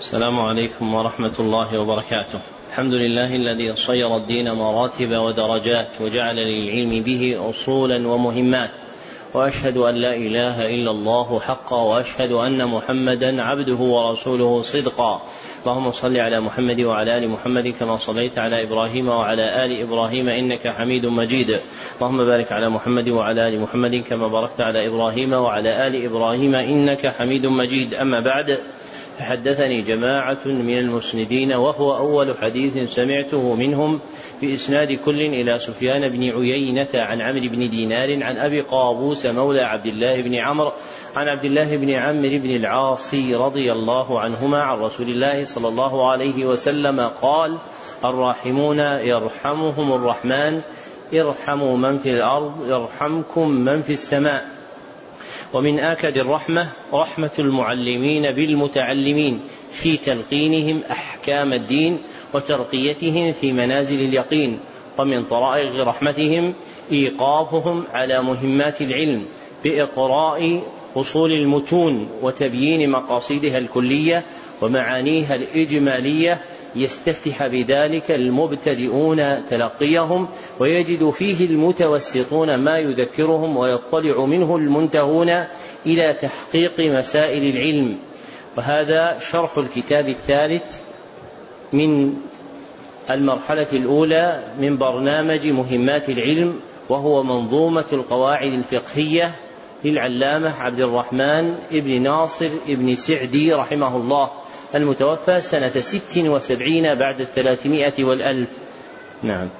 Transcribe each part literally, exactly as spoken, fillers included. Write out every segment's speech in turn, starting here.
السلام عليكم ورحمة الله وبركاته. الحمد لله الذي صير الدين مراتب ودرجات وجعل للعلم به أصولا ومهمات، وأشهد أن لا إله إلا الله حقا، وأشهد أن محمدا عبده ورسوله صدقا. اللهم صل على محمد وعلى آل محمد كما صليت على إبراهيم وعلى آل إبراهيم إنك حميد مجيد. اللهم بارك على محمد وعلى آل محمد كما باركت على إبراهيم وعلى آل إبراهيم إنك حميد مجيد. أما بعد، فحدثني جماعة من المسندين، وهو أول حديث سمعته منهم بإسناد كل إلى سفيان بن عيينة عن عمرو بن دينار عن أبي قابوس مولى عبد الله بن عمرو عن عبد الله بن عمرو بن العاص رضي الله عنهما عن رسول الله صلى الله عليه وسلم قال: الراحمون يرحمهم الرحمن، ارحموا من في الأرض يرحمكم من في السماء. ومن آكد الرحمة رحمة المعلمين بالمتعلمين في تلقينهم أحكام الدين وترقيتهم في منازل اليقين. ومن طرائق رحمتهم إيقافهم على مهمات العلم بإقراء أصول المتون وتبيين مقاصدها الكلية ومعانيها الإجمالية، يستفتح بذلك المبتدئون تلقيهم، ويجد فيه المتوسطون ما يذكرهم، ويطلع منه المنتهون إلى تحقيق مسائل العلم. وهذا شرح الكتاب الثالث من المرحلة الأولى من برنامج مهمات العلم، وهو منظومة القواعد الفقهية للعلامة عبد الرحمن ابن ناصر ابن سعدي رحمه الله، المتوفى سنة ست وسبعين بعد الثلاثمائة والألف. نعم.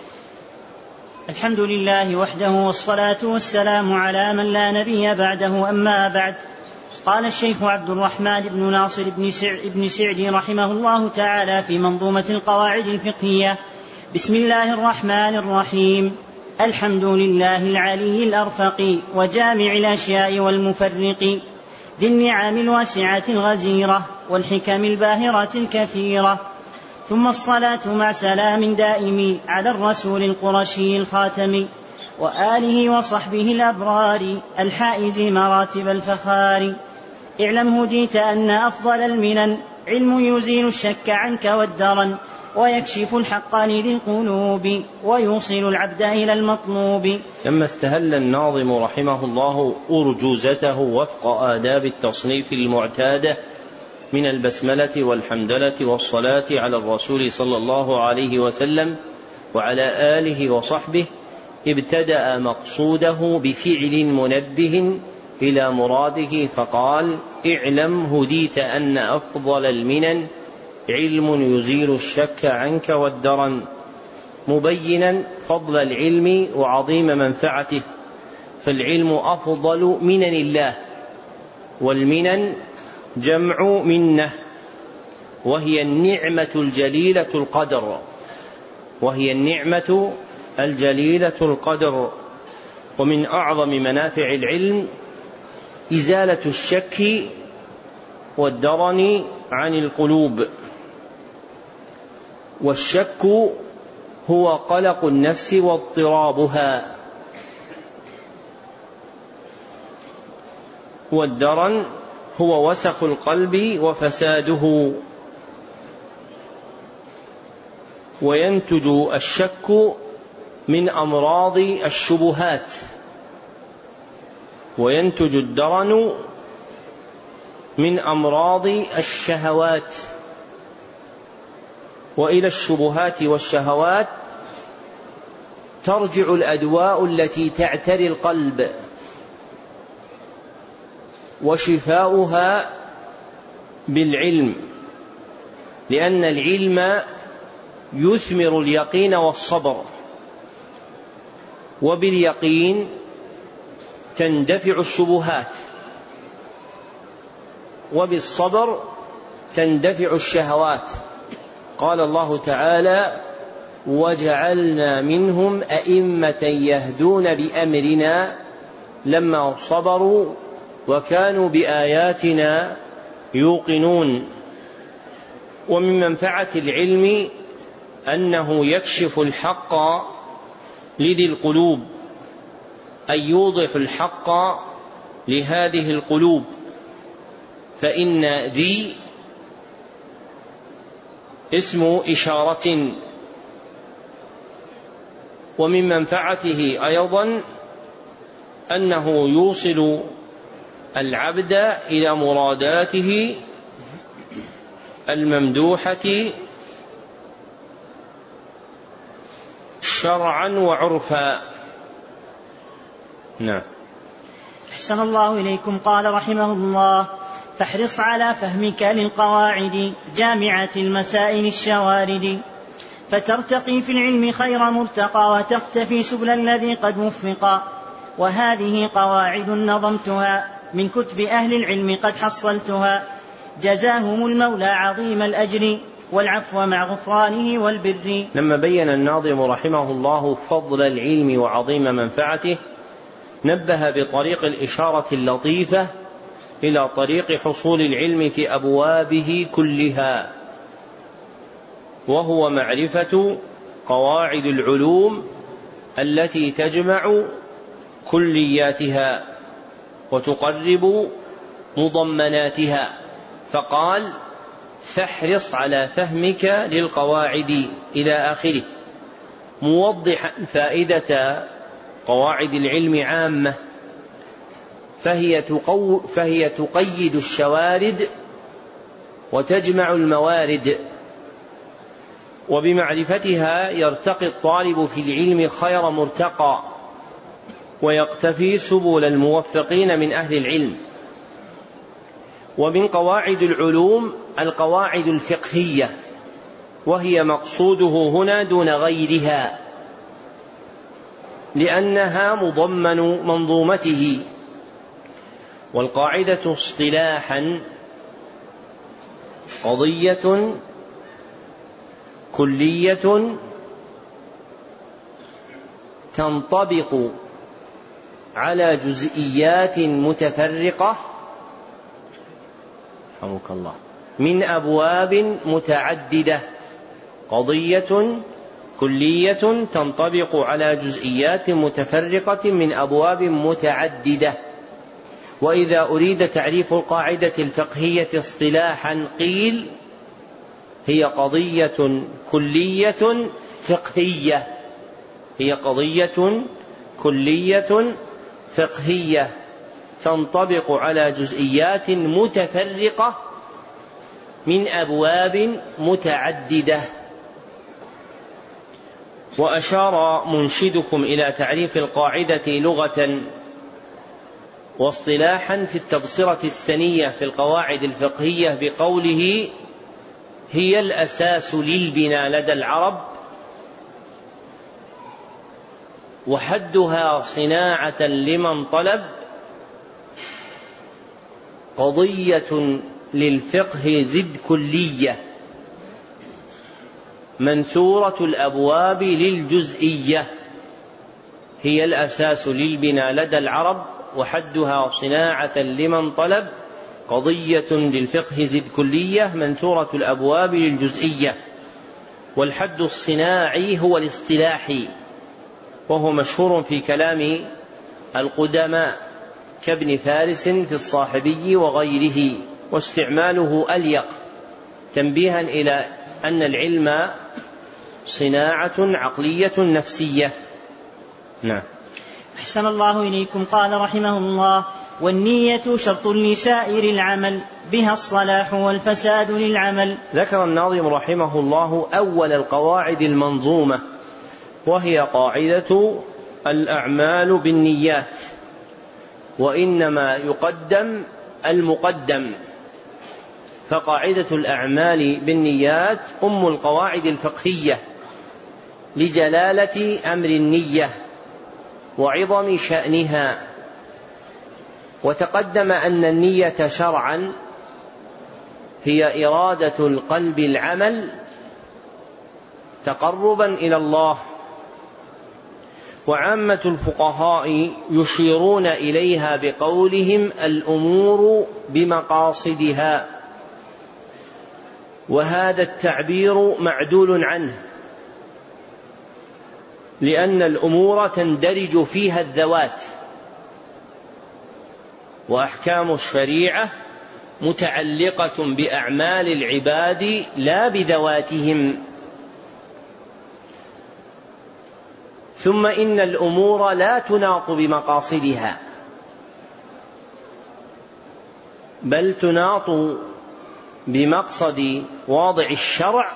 الحمد لله وحده، والصلاة والسلام على من لا نبي بعده. أما بعد، قال الشيخ عبد الرحمن بن ناصر بن سعدي رحمه الله تعالى في منظومة القواعد الفقهية: بسم الله الرحمن الرحيم. الحمد لله العلي الأرفق وجامع الأشياء والمفرق، ذي النعم الواسعة الغزيرة والحكم الباهرة الكثيرة، ثم الصلاة مع سلام دائم على الرسول القرشي الخاتم وآله وصحبه الأبرار الحائز مراتب الفخار. اعلم هديت أن أفضل المنن علم يزيل الشك عنك والدرن، ويكشف الحق لذي القلوب ويوصل العبد إلى المطلوب. لما استهل الناظم رحمه الله أرجوزته وفق آداب التصنيف المعتادة من البسملة والحمدلة والصلاة على الرسول صلى الله عليه وسلم وعلى آله وصحبه، ابتدأ مقصوده بفعل منبه إلى مراده، فقال: اعلم هديت أن أفضل المنن علم يزيل الشك عنك والدرن، مبينا فضل العلم وعظيم منفعته. فالعلم أفضل منن الله، والمنن جمع منه، وهي النعمة الجليلة القدر وهي النعمة الجليلة القدر ومن أعظم منافع العلم إزالة الشك والدرن عن القلوب. والشك هو قلق النفس واضطرابها، والدرن هو وسخ القلب وفساده. وينتج الشك من أمراض الشبهات، وينتج الدرن من أمراض الشهوات. وإلى الشبهات والشهوات ترجع الأدواء التي تعتري القلب، وشفاؤها بالعلم، لأن العلم يثمر اليقين والصبر، وباليقين تندفع الشبهات، وبالصبر تندفع الشهوات. قال الله تعالى: وجعلنا منهم أئمة يهدون بأمرنا لما صبروا وكانوا بآياتنا يوقنون. ومن منفعة العلم أنه يكشف الحق لذي القلوب، أي يوضح الحق لهذه القلوب، فإن ذي اسم إشارة. ومن منفعته أيضا أنه يوصل العبد إلى مراداته الممدوحة شرعا وعرفا. نعم. أحسن الله إليكم. قال رحمه الله: فاحرص على فهمك للقواعد جامعة المسائل الشوارد، فترتقي في العلم خير مرتقى، وتقتفي سبل الذي قد وفقا. وهذه قواعد نظمتها من كتب أهل العلم قد حصلتها، جزاهم المولى عظيم الأجر والعفو مع غفرانه والبر. لما بين الناظم رحمه الله فضل العلم وعظيم منفعته، نبه بطريق الإشارة اللطيفة إلى طريق حصول العلم في أبوابه كلها، وهو معرفة قواعد العلوم التي تجمع كلياتها وتقرب مضمناتها. فقال: فاحرص على فهمك للقواعد إلى آخره، موضحا فائدة قواعد العلم عامة، فهي, تقو فهي تقيد الشوارد وتجمع الموارد، وبمعرفتها يرتقي الطالب في العلم خير مرتقى، ويقتفي سبل الموفقين من أهل العلم. ومن قواعد العلوم القواعد الفقهية، وهي مقصوده هنا دون غيرها، لأنها مضمن منظومته. والقاعدة اصطلاحا قضية كلية تنطبق على جزئيات متفرقة رحمك الله من أبواب متعددة. قضية كلية تنطبق على جزئيات متفرقة من أبواب متعددة. وإذا أريد تعريف القاعدة الفقهية اصطلاحا قيل: هي قضية كلية فقهية هي قضية كلية فقهية تنطبق على جزئيات متفرقة من أبواب متعددة. وأشار منشدكم إلى تعريف القاعدة لغة واصطلاحا في التبصرة السنية في القواعد الفقهية بقوله: هي الأساس للبناء لدى العرب، وحدها صناعة لمن طلب، قضية للفقه زد كلية، منثورة الأبواب للجزئية. هي الأساس للبناء لدى العرب، وحدها صناعة لمن طلب، قضية للفقه زد كلية، منثورة الأبواب للجزئية. والحد الصناعي هو الاصطلاحي، وهو مشهور في كلام القدماء كابن فارس في الصاحبي وغيره، واستعماله أليق، تنبيها إلى أن العلم صناعة عقلية نفسية. نعم. أحسن الله إليكم. قال رحمه الله: والنية شرط لسائر العمل، بها الصلاح والفساد للعمل. ذكر الناظم رحمه الله أول القواعد المنظومة، وهي قاعدة الأعمال بالنيات، وإنما يقدم المقدم. فقاعدة الأعمال بالنيات أم القواعد الفقهية لجلالة أمر النية وعظم شأنها. وتقدم أن النية شرعا هي إرادة القلب العمل تقربا إلى الله، وعامة الفقهاء يشيرون إليها بقولهم: الأمور بمقاصدها. وهذا التعبير معدول عنه، لأن الأمور تندرج فيها الذوات، وأحكام الشريعة متعلقة بأعمال العباد لا بذواتهم. ثم إن الأمور لا تناط بمقاصدها، بل تناط بمقصد واضع الشرع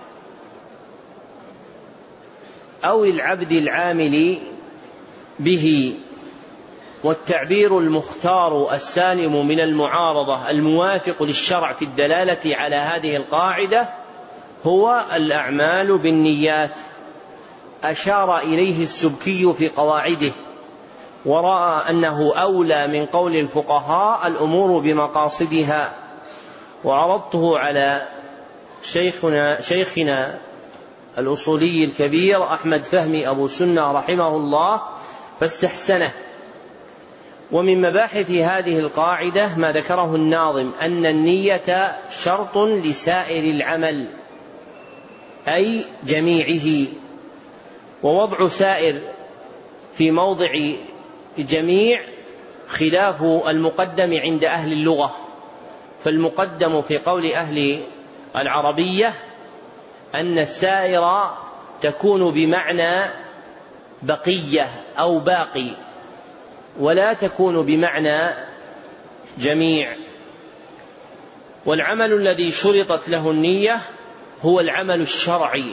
أو العبد العامل به. والتعبير المختار السالم من المعارضة الموافق للشرع في الدلالة على هذه القاعدة هو الأعمال بالنيات، أشار إليه السبكي في قواعده، ورأى أنه أولى من قول الفقهاء الأمور بمقاصدها. وعرضته على شيخنا, شيخنا الأصولي الكبير أحمد فهمي أبو سنة رحمه الله فاستحسنه. ومن مباحث هذه القاعدة ما ذكره الناظم أن النية شرط لسائر العمل أي جميعه، ووضع سائر في موضع جميع خلاف المقدم عند أهل اللغة. فالمقدم في قول أهل العربية أن السائر تكون بمعنى بقية أو باقي، ولا تكون بمعنى جميع. والعمل الذي شرطت له النية هو العمل الشرعي،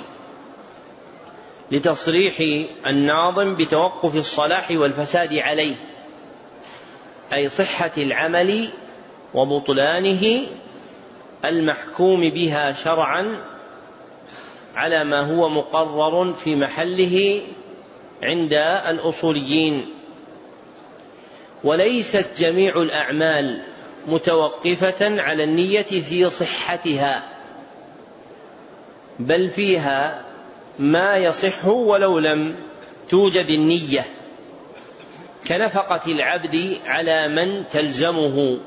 لتصريح الناظم بتوقف الصلاح والفساد عليه، أي صحة العمل وبطلانه المحكوم بها شرعا على ما هو مقرر في محله عند الأصوليين. وليست جميع الأعمال متوقفة على النية في صحتها، بل فيها ما يصح ولو لم توجد النية، كنفقة العبد على من تلزمه،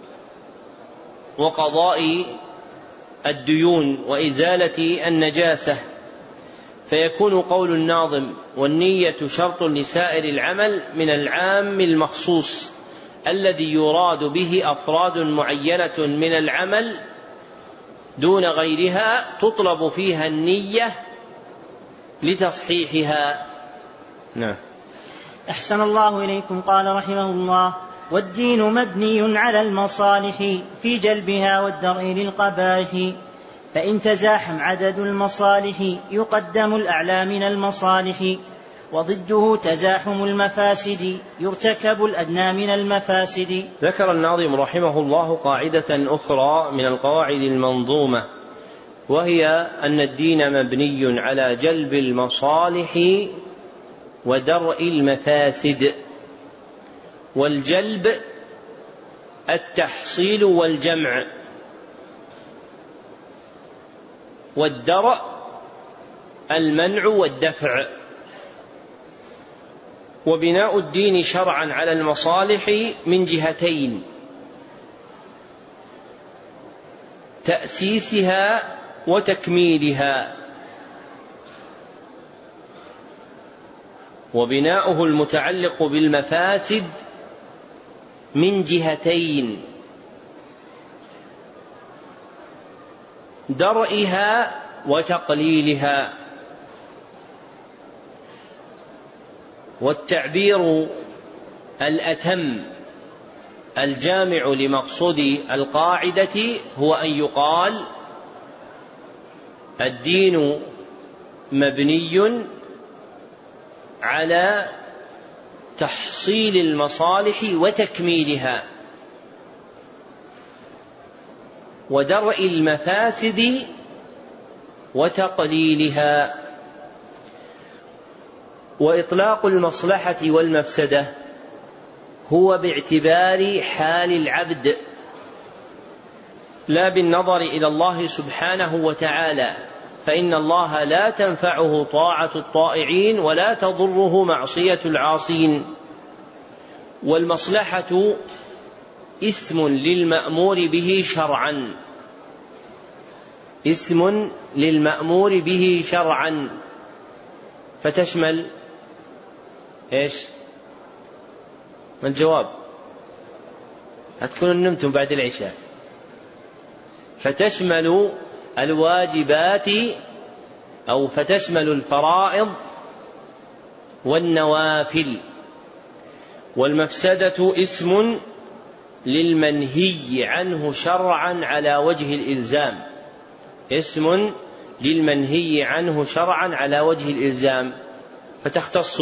وقضاء الديون، وإزالة النجاسة. فيكون قول الناظم والنية شرط لسائر العمل من العام المخصوص الذي يراد به أفراد معينة من العمل دون غيرها تطلب فيها النية لتصحيحها. نعم. أحسن الله إليكم. قال رحمه الله: والدين مبني على المصالح في جلبها والدرء للقبائح، فإن تزاحم عدد المصالح يقدم الأعلى من المصالح، وضده تزاحم المفاسد يرتكب الأدنى من المفاسد. ذكر الناظم رحمه الله قاعدة أخرى من القواعد المنظومة، وهي أن الدين مبني على جلب المصالح ودرء المفاسد. والجلب التحصيل والجمع، والدرء المنع والدفع. وبناء الدين شرعا على المصالح من جهتين: تأسيسها وتكميلها. وبناؤه المتعلق بالمفاسد من جهتين: درئها وتقليلها. والتعبير الأتم الجامع لمقصود القاعدة هو أن يقال: الدين مبني على تحصيل المصالح وتكميلها، ودرء المفاسد وتقليلها. وإطلاق المصلحة والمفسدة هو باعتبار حال العبد، لا بالنظر إلى الله سبحانه وتعالى، فإن الله لا تنفعه طاعة الطائعين ولا تضره معصية العاصين. والمصلحة اسم للمأمور به شرعا، اسم للمأمور به شرعا، فتشمل ايش؟ ما الجواب؟ هتكونوا نمتم بعد العشاء. فتشمل الواجبات أو فتشمل الفرائض والنوافل. والمفسدة اسم للمنهي عنه شرعا على وجه الإلزام، اسم للمنهي عنه شرعا على وجه الإلزام، فتختص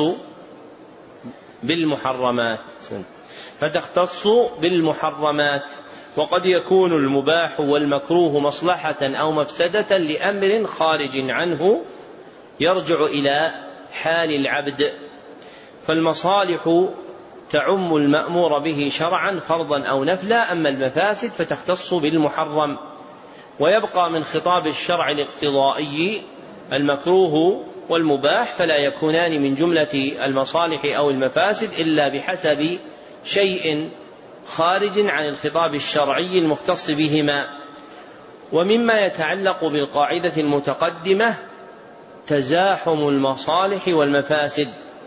بالمحرمات فتختص بالمحرمات وقد يكون المباح والمكروه مصلحة أو مفسدة لأمر خارج عنه يرجع إلى حال العبد. فالمصالح تعم المأمور به شرعا فرضا أو نفلا، أما المفاسد فتختص بالمحرم. ويبقى من خطاب الشرع الاقتضائي المكروه والمباح، فلا يكونان من جملة المصالح أو المفاسد إلا بحسب شيء خارج عن الخطاب الشرعي المختص بهما. ومما يتعلق بالقاعدة المتقدمة تزاحم المصالح والمفاسد.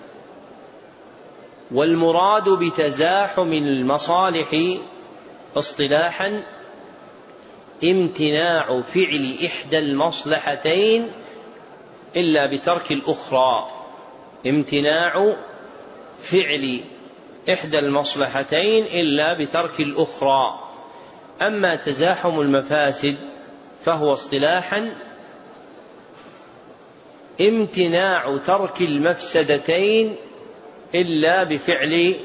والمراد بتزاحم المصالح اصطلاحا امتناع فعل إحدى المصلحتين إلا بترك الأخرى، امتناع فعل إحدى المصلحتين إلا بترك الأخرى. أما تزاحم المفاسد فهو اصطلاحا امتناع ترك المفسدتين إلا بفعل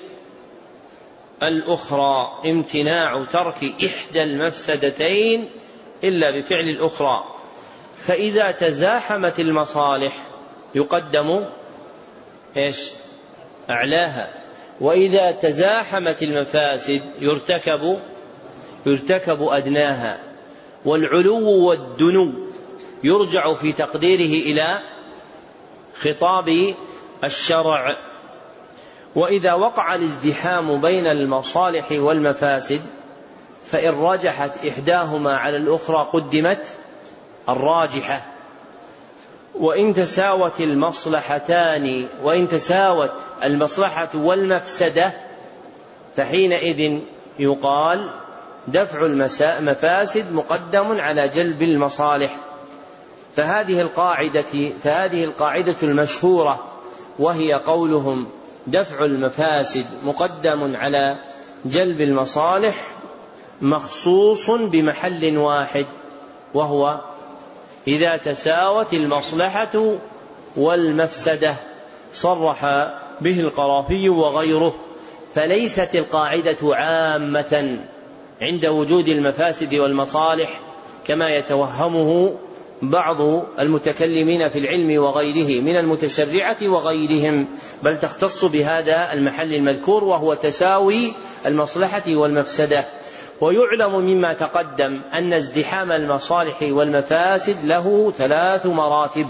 الأخرى، امتناع ترك إحدى المفسدتين إلا بفعل الأخرى. فإذا تزاحمت المصالح يقدم إيش؟ أعلاها، وإذا تزاحمت المفاسد يرتكب يرتكب أدناها. والعلو والدنو يرجع في تقديره إلى خطاب الشرع. وإذا وقع الازدحام بين المصالح والمفاسد فإن رجحت إحداهما على الأخرى قدمت الراجحة، وإن تساوت المصلحتان وإن تساوت المصلحة والمفسدة فحينئذ يقال دفع المفاسد مقدم على جلب المصالح. فهذه القاعدة فهذه القاعدة المشهورة، وهي قولهم دفع المفاسد مقدم على جلب المصالح، مخصوص بمحل واحد، وهو إذا تساوت المصلحة والمفسدة، صرح به القرافي وغيره. فليست القاعدة عامة عند وجود المفاسد والمصالح كما يتوهمه بعض المتكلمين في العلم وغيره من المتشرعة وغيرهم، بل تختص بهذا المحل المذكور وهو تساوي المصلحة والمفسدة. ويعلم مما تقدم أن ازدحام المصالح والمفاسد له ثلاث مراتب.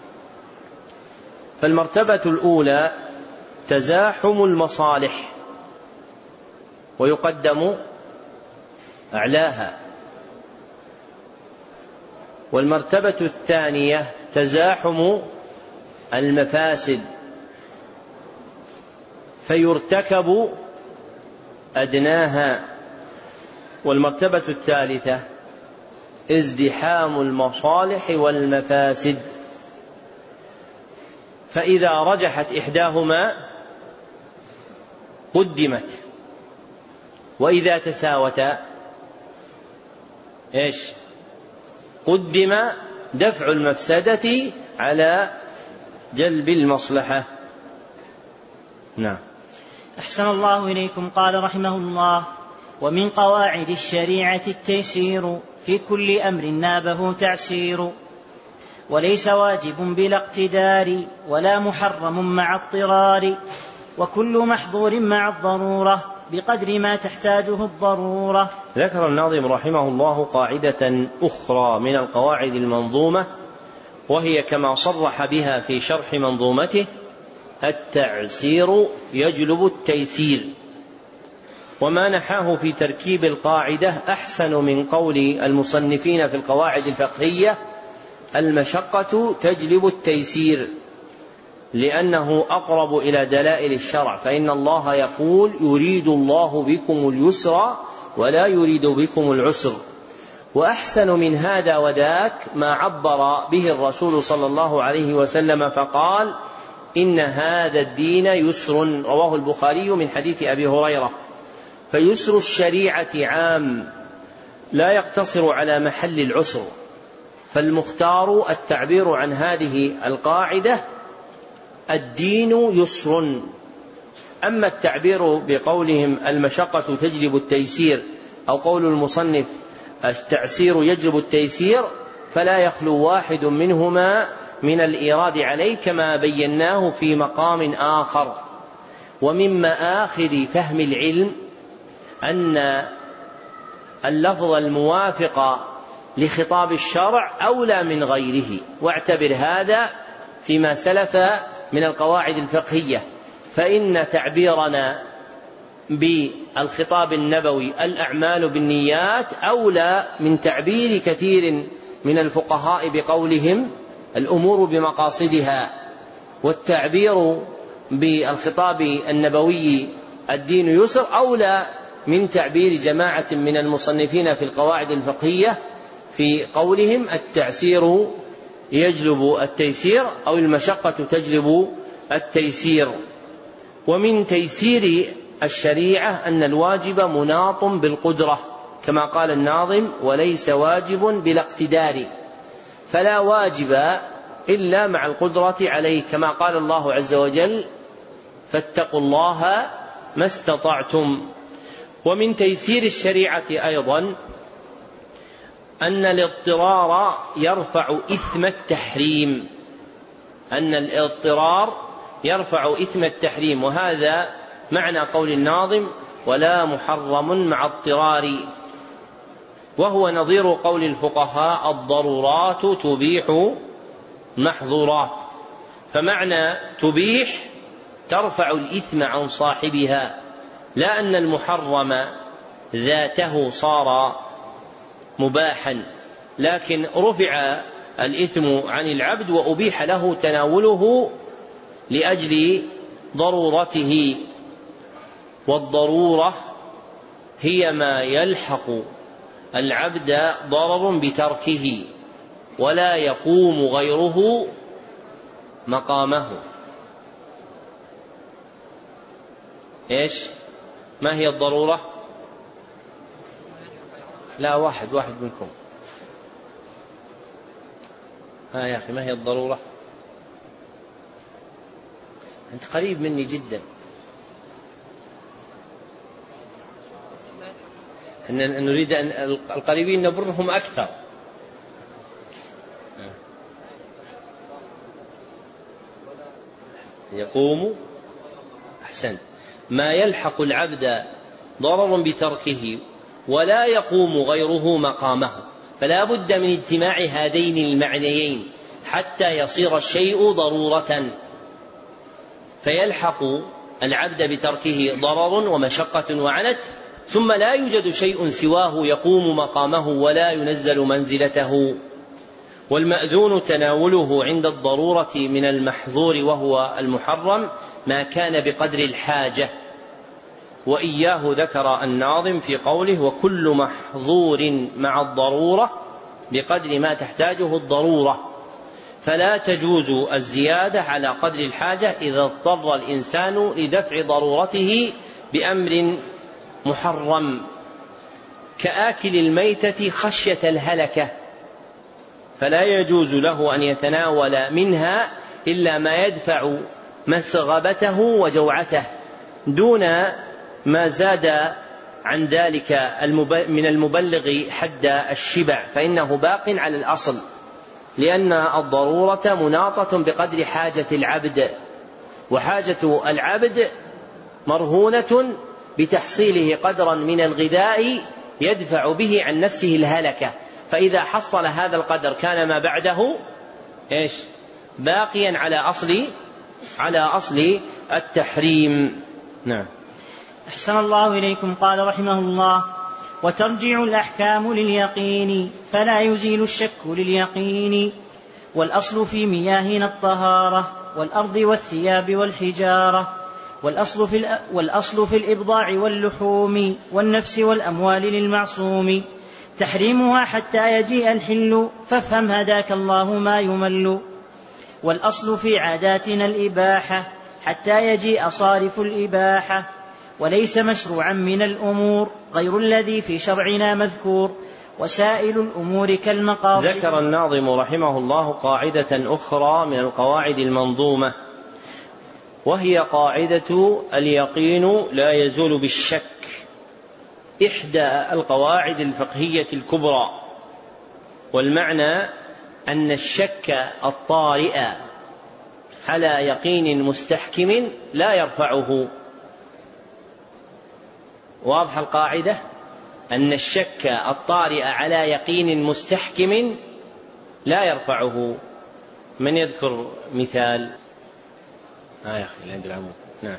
فالمرتبة الأولى تزاحم المصالح ويقدم أعلاها. والمرتبة الثانية تزاحم المفاسد فيرتكب أدناها. والمرتبة الثالثة ازدحام المصالح والمفاسد فإذا رجحت إحداهما قدمت، وإذا تساوتا إيش؟ قدم دفع المفسدة على جلب المصلحة. نعم. أحسن الله إليكم. قال رحمه الله: ومن قواعد الشريعة التيسير، في كل أمر نابه تعسير، وليس واجب بلا اقتدار، ولا محرم مع اضطرار، وكل محظور مع الضرورة بقدر ما تحتاجه الضرورة. ذكر الناظم رحمه الله قاعدة أخرى من القواعد المنظومة، وهي كما صرح بها في شرح منظومته: التعسير يجلب التيسير. وما نحاه في تركيب القاعدة أحسن من قول المصنفين في القواعد الفقهية: المشقة تجلب التيسير، لأنه أقرب إلى دلائل الشرع، فإن الله يقول: يريد الله بكم اليسر ولا يريد بكم العسر. وأحسن من هذا وذاك ما عبر به الرسول صلى الله عليه وسلم فقال: إن هذا الدين يسر، رواه البخاري من حديث أبي هريرة. فيسر الشريعة عام لا يقتصر على محل العسر، فالمختار التعبير عن هذه القاعدة: الدين يسر. أما التعبير بقولهم المشقة تجلب التيسير، أو قول المصنف التعسير يجلب التيسير، فلا يخلو واحد منهما من الإيراد عليه كما بيناه في مقام آخر. ومن مآخذ فهم العلم أن اللفظ الموافق لخطاب الشرع أولى من غيره، واعتبر هذا فيما سلف من القواعد الفقهية، فإن تعبيرنا بالخطاب النبوي الأعمال بالنيات أولى من تعبير كثير من الفقهاء بقولهم الأمور بمقاصدها. والتعبير بالخطاب النبوي الدين يسر أولى من تعبير جماعة من المصنفين في القواعد الفقهية في قولهم التعسير يجلب التيسير، أو المشقة تجلب التيسير. ومن تيسير الشريعة أن الواجب مناط بالقدرة، كما قال الناظم: وليس واجب بلا اقتدار. فلا واجب إلا مع القدرة عليه، كما قال الله عز وجل: فاتقوا الله ما استطعتم. ومن تيسير الشريعة أيضا أن الاضطرار يرفع إثم التحريم، أن الاضطرار يرفع إثم التحريم، وهذا معنى قول الناظم: ولا محرم مع اضطرار، وهو نظير قول الفقهاء: الضرورات تبيح المحظورات. فمعنى تبيح ترفع الإثم عن صاحبها، لا أن المحرم ذاته صار مباحا، لكن رفع الإثم عن العبد وأبيح له تناوله لأجل ضرورته. والضرورة هي ما يلحق العبد ضرر بتركه ولا يقوم غيره مقامه. إيش؟ ما هي الضرورة؟ لا، واحد واحد منكم. ها يا أخي، ما هي الضرورة؟ أنت قريب مني جدا. أن نريد أن القريبين نبرهم أكثر. يقوم، أحسنت، ما يلحق العبد ضرر بتركه ولا يقوم غيره مقامه. فلا بد من اجتماع هذين المعنيين حتى يصير الشيء ضرورة، فيلحق العبد بتركه ضرر ومشقة وعنت، ثم لا يوجد شيء سواه يقوم مقامه ولا ينزل منزلته. والمأذون تناوله عند الضرورة من المحظور وهو المحرم ما كان بقدر الحاجة، وإياه ذكر الناظم في قوله: وكل محظور مع الضرورة بقدر ما تحتاجه الضرورة. فلا تجوز الزيادة على قدر الحاجة إذا اضطر الإنسان لدفع ضرورته بأمر محرم، كآكل الميتة خشية الهلكة، فلا يجوز له أن يتناول منها إلا ما يدفع مسغبته وجوعته دون ما زاد عن ذلك من المبلغ حد الشبع، فإنه باق على الأصل، لأن الضرورة مناطة بقدر حاجة العبد، وحاجة العبد مرهونة بتحصيله قدرا من الغذاء يدفع به عن نفسه الهلكة، فإذا حصل هذا القدر كان ما بعده إيش؟ باقيا على أصل على أصل التحريم. نعم. أحسن الله إليكم. قال رحمه الله: وترجع الأحكام لليقين فلا يزيل الشك لليقين، والأصل في مياهنا الطهارة والأرض والثياب والحجارة، والأصل في, والأصل في الإبضاع واللحوم والنفس والأموال للمعصوم، تحريمها حتى يجيء الحل، فافهم هداك الله ما يمل. والأصل في عاداتنا الإباحة حتى يجيء صارف الإباحة، وليس مشروعا من الأمور غير الذي في شرعنا مذكور، وسائل الأمور كالمقاصد. ذكر الناظم رحمه الله قاعدة أخرى من القواعد المنظومة، وهي قاعدة اليقين لا يزول بالشك، إحدى القواعد الفقهية الكبرى. والمعنى أن الشك الطارئ على يقين مستحكم لا يرفعه. واضح القاعدة؟ أن الشك الطارئ على يقين مستحكم لا يرفعه. من يذكر مثال؟ آه يا أخي عند العمود. نعم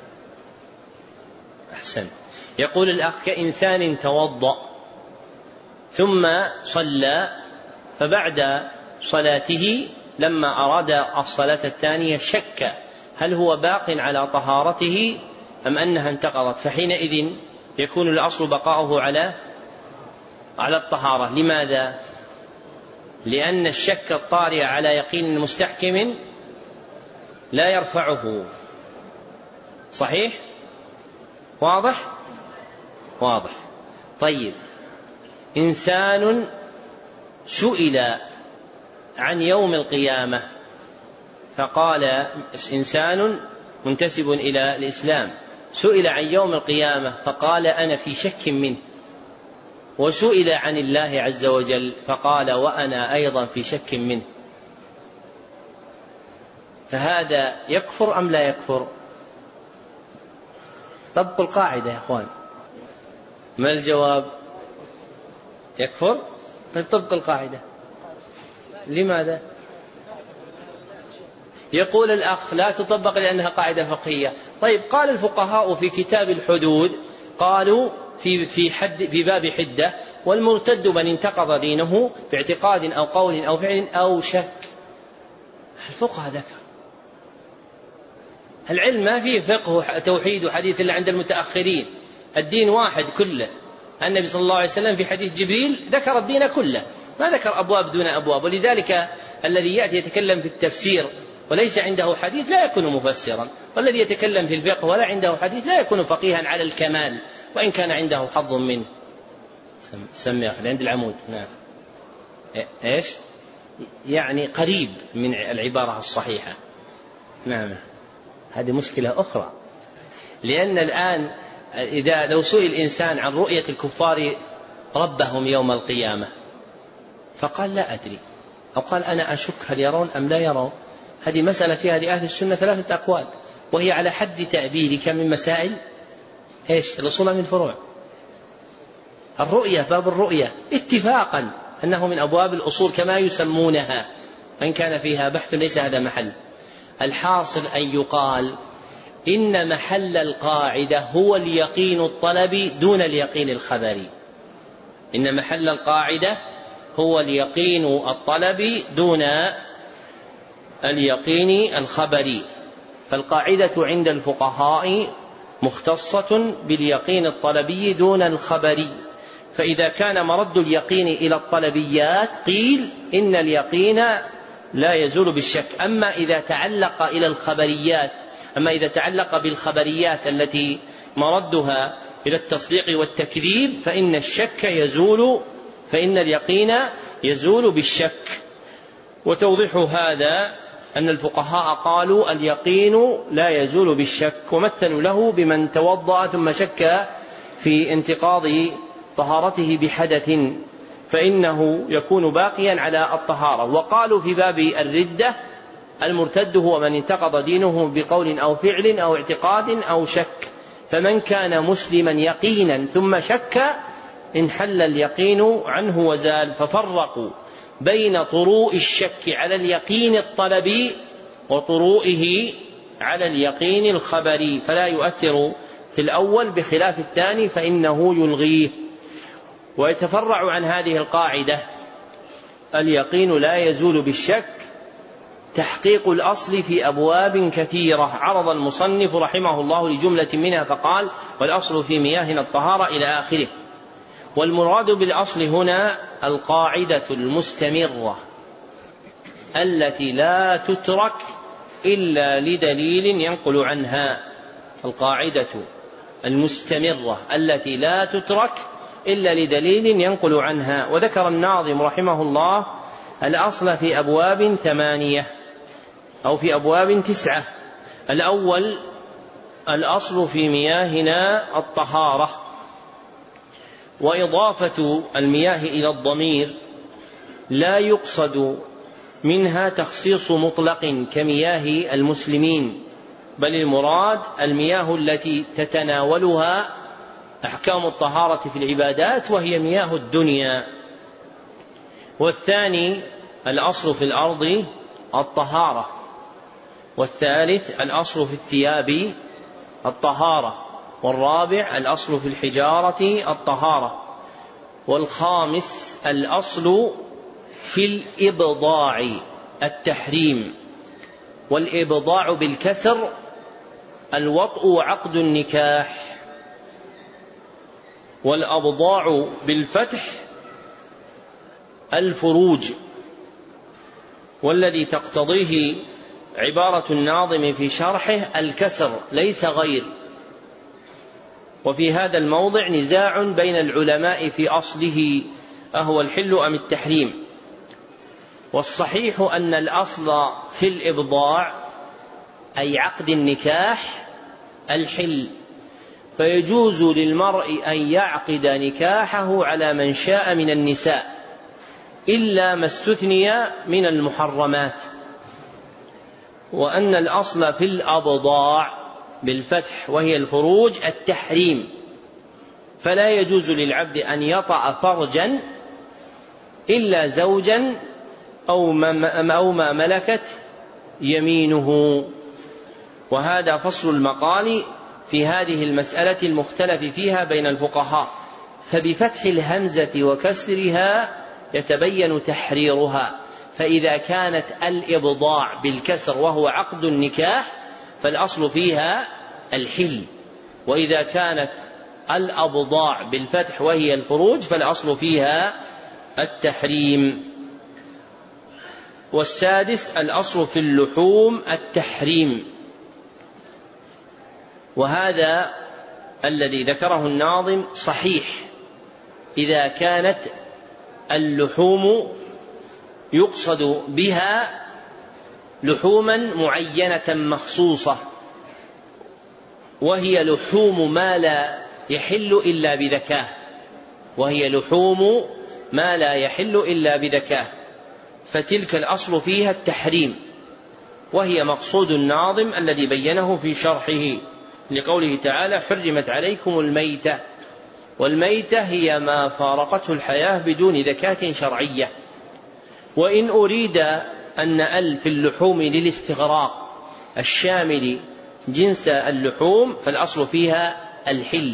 أحسن. يقول الأخ: كإنسان توضأ ثم صلى، فبعد صلاته لما أراد الصلاة الثانية شك هل هو باق على طهارته أم أنها انتقضت، فحينئذ يكون الأصل بقاؤه على على الطهارة. لماذا؟ لأن الشك الطارئ على يقين مستحكم لا يرفعه. صحيح؟ واضح؟ واضح. طيب، إنسان سئل عن يوم القيامة فقال، إنسان منتسب إلى الإسلام سئل عن يوم القيامة فقال أنا في شك منه، وسئل عن الله عز وجل فقال وأنا أيضا في شك منه، فهذا يكفر أم لا يكفر؟ طبقوا القاعدة يا أخوان. ما الجواب؟ يكفر؟ طبقوا القاعدة. لماذا؟ يقول الأخ لا تطبق لأنها قاعدة فقهية. طيب، قال الفقهاء في كتاب الحدود، قالوا في في حد في باب حدة: والمرتد من انتقض دينه باعتقاد أو قول أو فعل أو شك. الفقهاء ذكر العلم ما فيه فقه توحيد وحديث إلا عند المتأخرين، الدين واحد كله. النبي صلى الله عليه وسلم في حديث جبريل ذكر الدين كله، ما ذكر أبواب دون أبواب. ولذلك الذي يأتي يتكلم في التفسير وليس عنده حديث لا يكون مفسرا، والذي يتكلم في الفقه ولا عنده حديث لا يكون فقيها على الكمال وإن كان عنده حظ منه. سمي أخي عند العمود. نعم. إيش؟ يعني قريب من العبارة الصحيحة. نعم، هذه مشكلة أخرى، لأن الآن إذا لو سئل الإنسان عن رؤية الكفار ربهم يوم القيامة فقال لا أدري، أو قال أنا أشك هل يرون أم لا يرون، هذه مسألة فيها لأهل السنة ثلاثة أقوال، وهي على حد تعبيرك من مسائل إيش؟ الأصول من الفروع. الرؤية، باب الرؤية اتفاقا أنه من أبواب الأصول كما يسمونها، وإن كان فيها بحث ليس هذا محل. الحاصل أن يقال إن محل القاعدة هو اليقين الطلبي دون اليقين الخبري. إن محل القاعدة هو اليقين الطلبي دون اليقين الخبري. فالقاعدة عند الفقهاء مختصة باليقين الطلبي دون الخبري، فإذا كان مرد اليقين إلى الطلبيات قيل إن اليقين لا يزول بالشك. أما إذا تعلق إلى الخبريات أما إذا تعلق بالخبريات التي مردها إلى التصديق والتكذيب فإن الشك يزول فإن اليقين يزول بالشك. وتوضيح هذا أن الفقهاء قالوا اليقين لا يزول بالشك، ومثلوا له بمن توضأ ثم شك في انتقاض طهارته بحدث فإنه يكون باقيا على الطهارة. وقالوا في باب الردة المرتد هو من انتقض دينه بقول أو فعل أو اعتقاد أو شك، فمن كان مسلما يقينا ثم شك انحل اليقين عنه وزال. ففرقوا بين طروء الشك على اليقين الطلبي وطروئه على اليقين الخبري، فلا يؤثر في الأول بخلاف الثاني فإنه يلغيه. ويتفرع عن هذه القاعدة اليقين لا يزول بالشك تحقيق الأصل في أبواب كثيرة عرض المصنف رحمه الله لجملة منها فقال: والأصل في مياهنا الطهارة إلى آخره. والمراد بالأصل هنا القاعدة المستمرة التي لا تترك إلا لدليل ينقل عنها، القاعدة المستمرة التي لا تترك إلا لدليل ينقل عنها. وذكر الناظم رحمه الله الأصل في أبواب ثمانية أو في أبواب تسعة. الأول الأصل في مياهنا الطهارة، وإضافة المياه إلى الضمير لا يقصد منها تخصيص مطلق كمياه المسلمين، بل المراد المياه التي تتناولها أحكام الطهارة في العبادات وهي مياه الدنيا. والثاني الأصل في الأرض الطهارة، والثالث الأصل في الثياب الطهارة، والرابع الأصل في الحجارة الطهارة، والخامس الأصل في الإبضاع التحريم. والإبضاع بالكسر الوطء وعقد النكاح، والأبضاع بالفتح الفروج، والذي تقتضيه عبارة الناظم في شرحه الكسر ليس غير. وفي هذا الموضع نزاع بين العلماء في أصله أهو الحل أم التحريم، والصحيح أن الأصل في الإبضاع أي عقد النكاح الحل، فيجوز للمرء أن يعقد نكاحه على من شاء من النساء إلا ما استثني من المحرمات. وأن الأصل في الأبضاع بالفتح وهي الفروج التحريم، فلا يجوز للعبد أن يطأ فرجا إلا زوجا أو ما ملكت يمينه. وهذا فصل المقال في هذه المسألة المختلف فيها بين الفقهاء، فبفتح الهمزة وكسرها يتبين تحريرها. فإذا كانت الإبضاع بالكسر وهو عقد النكاح فالأصل فيها الحل، وإذا كانت الأبضاع بالفتح وهي الفروج فالأصل فيها التحريم. والسادس الأصل في اللحوم التحريم، وهذا الذي ذكره الناظم صحيح إذا كانت اللحوم يقصد بها لحوما معينة مخصوصة، وهي لحوم ما لا يحل إلا بذكاه وهي لحوم ما لا يحل إلا بذكاه فتلك الأصل فيها التحريم، وهي مقصود الناظم الذي بينه في شرحه لقوله تعالى حرمت عليكم الميتة. والميتة هي ما فارقته الحياة بدون ذكاة شرعية. وإن أريد أن أل في اللحوم للاستغراق الشامل جنس اللحوم فالأصل فيها الحل،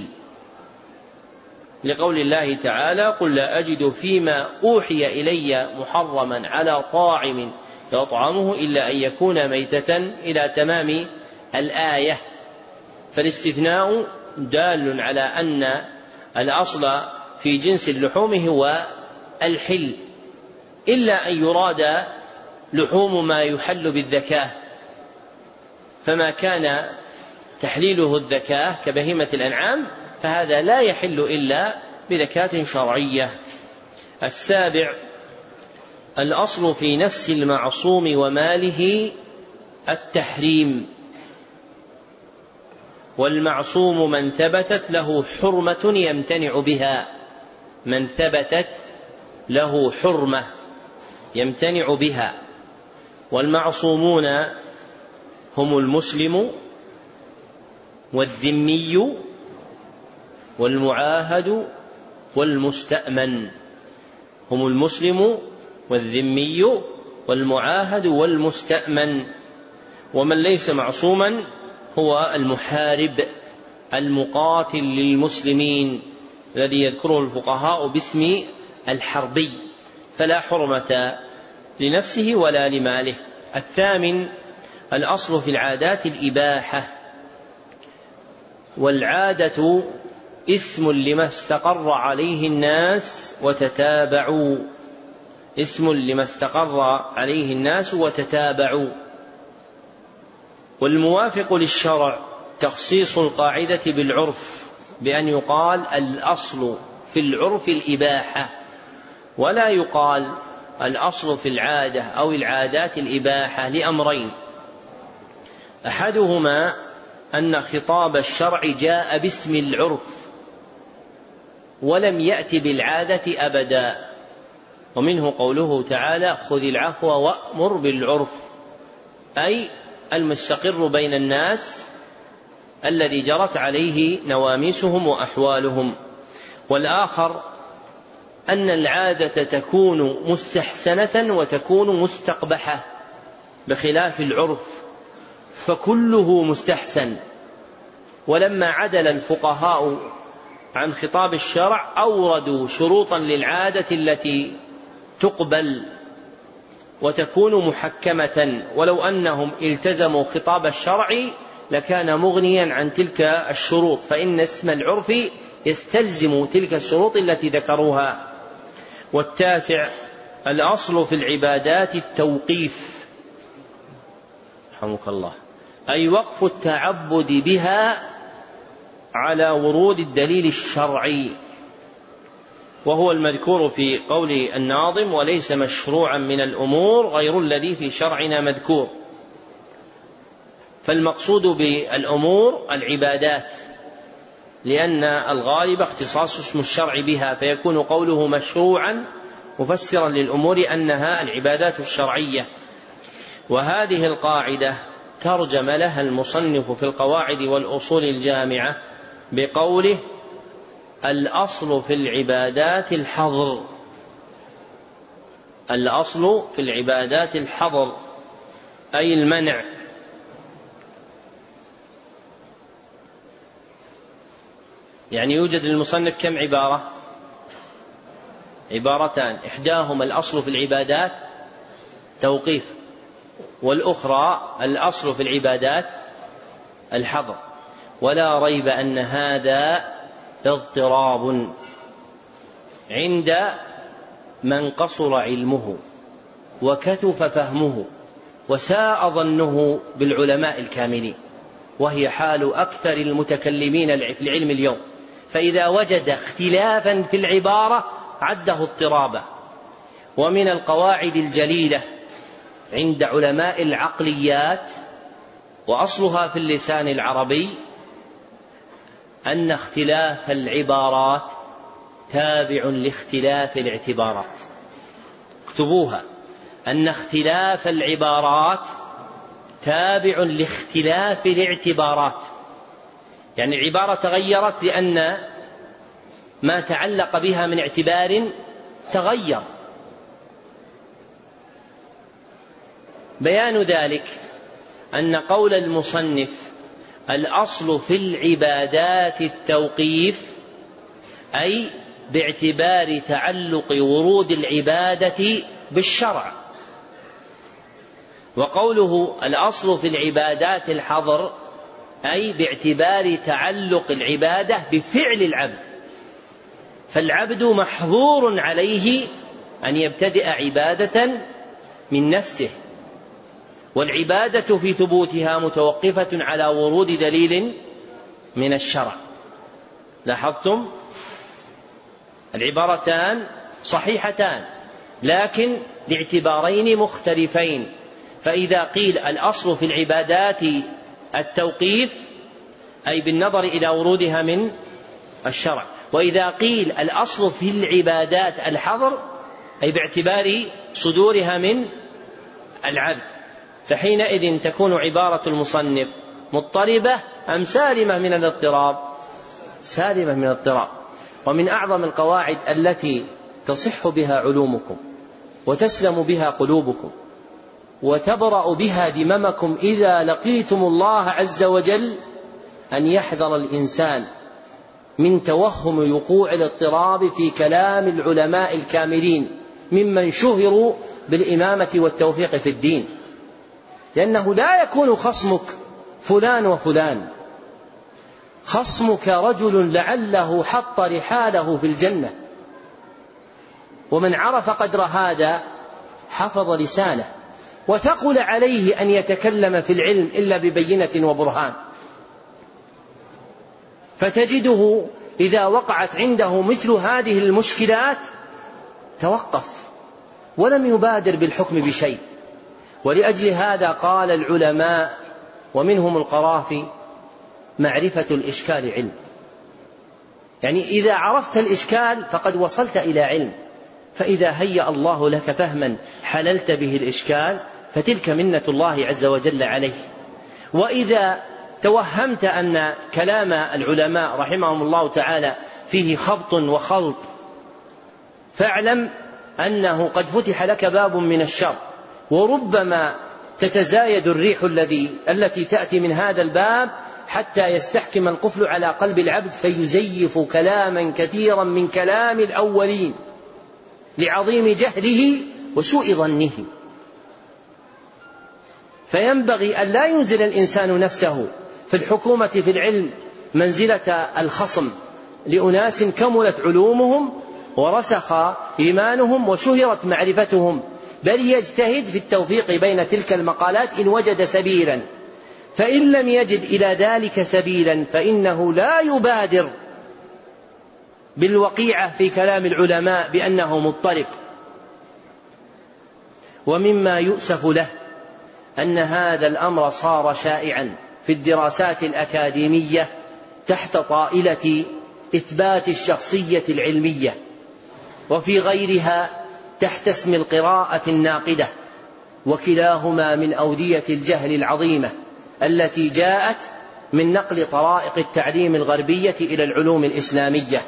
لقول الله تعالى قل لا أجد فيما أوحي إلي محرما على طاعم يطعمه إلا أن يكون ميتة إلى تمام الآية. فالاستثناء دال على أن الأصل في جنس اللحوم هو الحل، إلا أن يراد لحوم ما يحل بالذكاة، فما كان تحليله الذكاة كبهيمة الأنعام فهذا لا يحل إلا بذكاة شرعية. السابع الأصل في نفس المعصوم وماله التحريم، والمعصوم من ثبتت له حرمة يمتنع بها، من ثبتت له حرمة يمتنع بها. والمعصومون هم المسلم والذمي والمعاهد والمستأمن، هم المسلم والذمي والمعاهد والمستأمن. ومن ليس معصوما هو المحارب المقاتل للمسلمين الذي يذكره الفقهاء باسم الحربي، فلا حرمة لنفسه ولا لماله. الثامن الأصل في العادات الإباحة، والعادة اسم لما استقر عليه الناس وتتابعوا اسم لما استقر عليه الناس وتتابعوا. والموافق للشرع تخصيص القاعدة بالعرف بأن يقال الأصل في العرف الإباحة، ولا يقال الأصل في العادة أو العادات الإباحة، لأمرين: أحدهما أن خطاب الشرع جاء باسم العرف ولم يأت بالعادة أبدا، ومنه قوله تعالى: خذ العفو وأمر بالعرف، أي المستقر بين الناس الذي جرت عليه نواميسهم وأحوالهم. والآخر أن العادة تكون مستحسنة وتكون مستقبحة بخلاف العرف فكله مستحسن. ولما عدل الفقهاء عن خطاب الشرع أوردوا شروطا للعادة التي تقبل وتكون محكمة، ولو أنهم التزموا خطاب الشرع لكان مغنيا عن تلك الشروط، فإن اسم العرف يستلزم تلك الشروط التي ذكروها. والتاسع: الأصل في العبادات التوقيف، رحمك الله، أي وقف التعبد بها على ورود الدليل الشرعي، وهو المذكور في قول الناظم: وليس مشروعا من الأمور غير الذي في شرعنا مذكور. فالمقصود بالأمور العبادات، لأن الغالب اختصاص اسم الشرع بها، فيكون قوله مشروعا مفسرا للأمور أنها العبادات الشرعية. وهذه القاعدة ترجم لها المصنف في القواعد والأصول الجامعة بقوله: الأصل في العبادات الحظر. الأصل في العبادات الحظر أي المنع. يعني يوجد للمصنف كم عبارة؟ عبارتان: إحداهما الأصل في العبادات توقيف، والأخرى الأصل في العبادات الحظر. ولا ريب أن هذا اضطراب عند من قصر علمه وكثف فهمه وساء ظنه بالعلماء الكاملين، وهي حال أكثر المتكلمين في العلم اليوم، فإذا وجد اختلافا في العبارة عده اضطرابا. ومن القواعد الجليلة عند علماء العقليات وأصلها في اللسان العربي أن اختلاف العبارات تابع لاختلاف الاعتبارات. اكتبوها: أن اختلاف العبارات تابع لاختلاف الاعتبارات. يعني العبارة تغيرت لأن ما تعلق بها من اعتبار تغير. بيان ذلك أن قول المصنف الأصل في العبادات التوقيف أي باعتبار تعلق ورود العبادة بالشرع، وقوله الأصل في العبادات الحظر أي باعتبار تعلق العبادة بفعل العبد، فالعبد محظور عليه أن يبتدئ عبادة من نفسه، والعبادة في ثبوتها متوقفة على ورود دليل من الشرع. لاحظتم؟ العبارتان صحيحتان لكن لاعتبارين مختلفين. فإذا قيل الأصل في العبادات التوقيف أي بالنظر إلى ورودها من الشرع، وإذا قيل الأصل في العبادات الحظر أي باعتبار صدورها من العبد، فحينئذ تكون عبارة المصنف مضطربة أم سالمة من الاضطراب؟ سالمة من الاضطراب. ومن أعظم القواعد التي تصح بها علومكم وتسلم بها قلوبكم وتبرأ بها ذممكم إذا لقيتم الله عز وجل أن يحذر الإنسان من توهم وقوع الاضطراب في كلام العلماء الكاملين ممن شهروا بالإمامة والتوفيق في الدين، لأنه لا يكون خصمك فلان وفلان، خصمك رجل لعله حط رحاله في الجنة، ومن عرف قدر هذا حفظ لسانه، وثقل عليه أن يتكلم في العلم إلا ببينة وبرهان. فتجده إذا وقعت عنده مثل هذه المشكلات توقف ولم يبادر بالحكم بشيء. ولأجل هذا قال العلماء ومنهم القرافي: معرفة الإشكال علم. يعني إذا عرفت الإشكال فقد وصلت إلى علم، فإذا هيأ الله لك فهما حللت به الإشكال فتلك منة الله عز وجل عليه. وإذا توهمت أن كلام العلماء رحمهم الله تعالى فيه خبط وخلط فاعلم أنه قد فتح لك باب من الشر، وربما تتزايد الريح الذي التي تأتي من هذا الباب حتى يستحكم القفل على قلب العبد فيزيف كلاما كثيرا من كلام الأولين لعظيم جهله وسوء ظنه. فينبغي أن لا ينزل الإنسان نفسه في الحكومة في العلم منزلة الخصم لأناس كملت علومهم ورسخ إيمانهم وشهرت معرفتهم، بل يجتهد في التوفيق بين تلك المقالات إن وجد سبيلا، فإن لم يجد إلى ذلك سبيلا فإنه لا يبادر بالوقيعة في كلام العلماء بأنه مضطرب. ومما يؤسف له أن هذا الأمر صار شائعا في الدراسات الأكاديمية تحت طائلة إثبات الشخصية العلمية، وفي غيرها تحت اسم القراءة الناقدة، وكلاهما من أودية الجهل العظيمة التي جاءت من نقل طرائق التعليم الغربية إلى العلوم الإسلامية.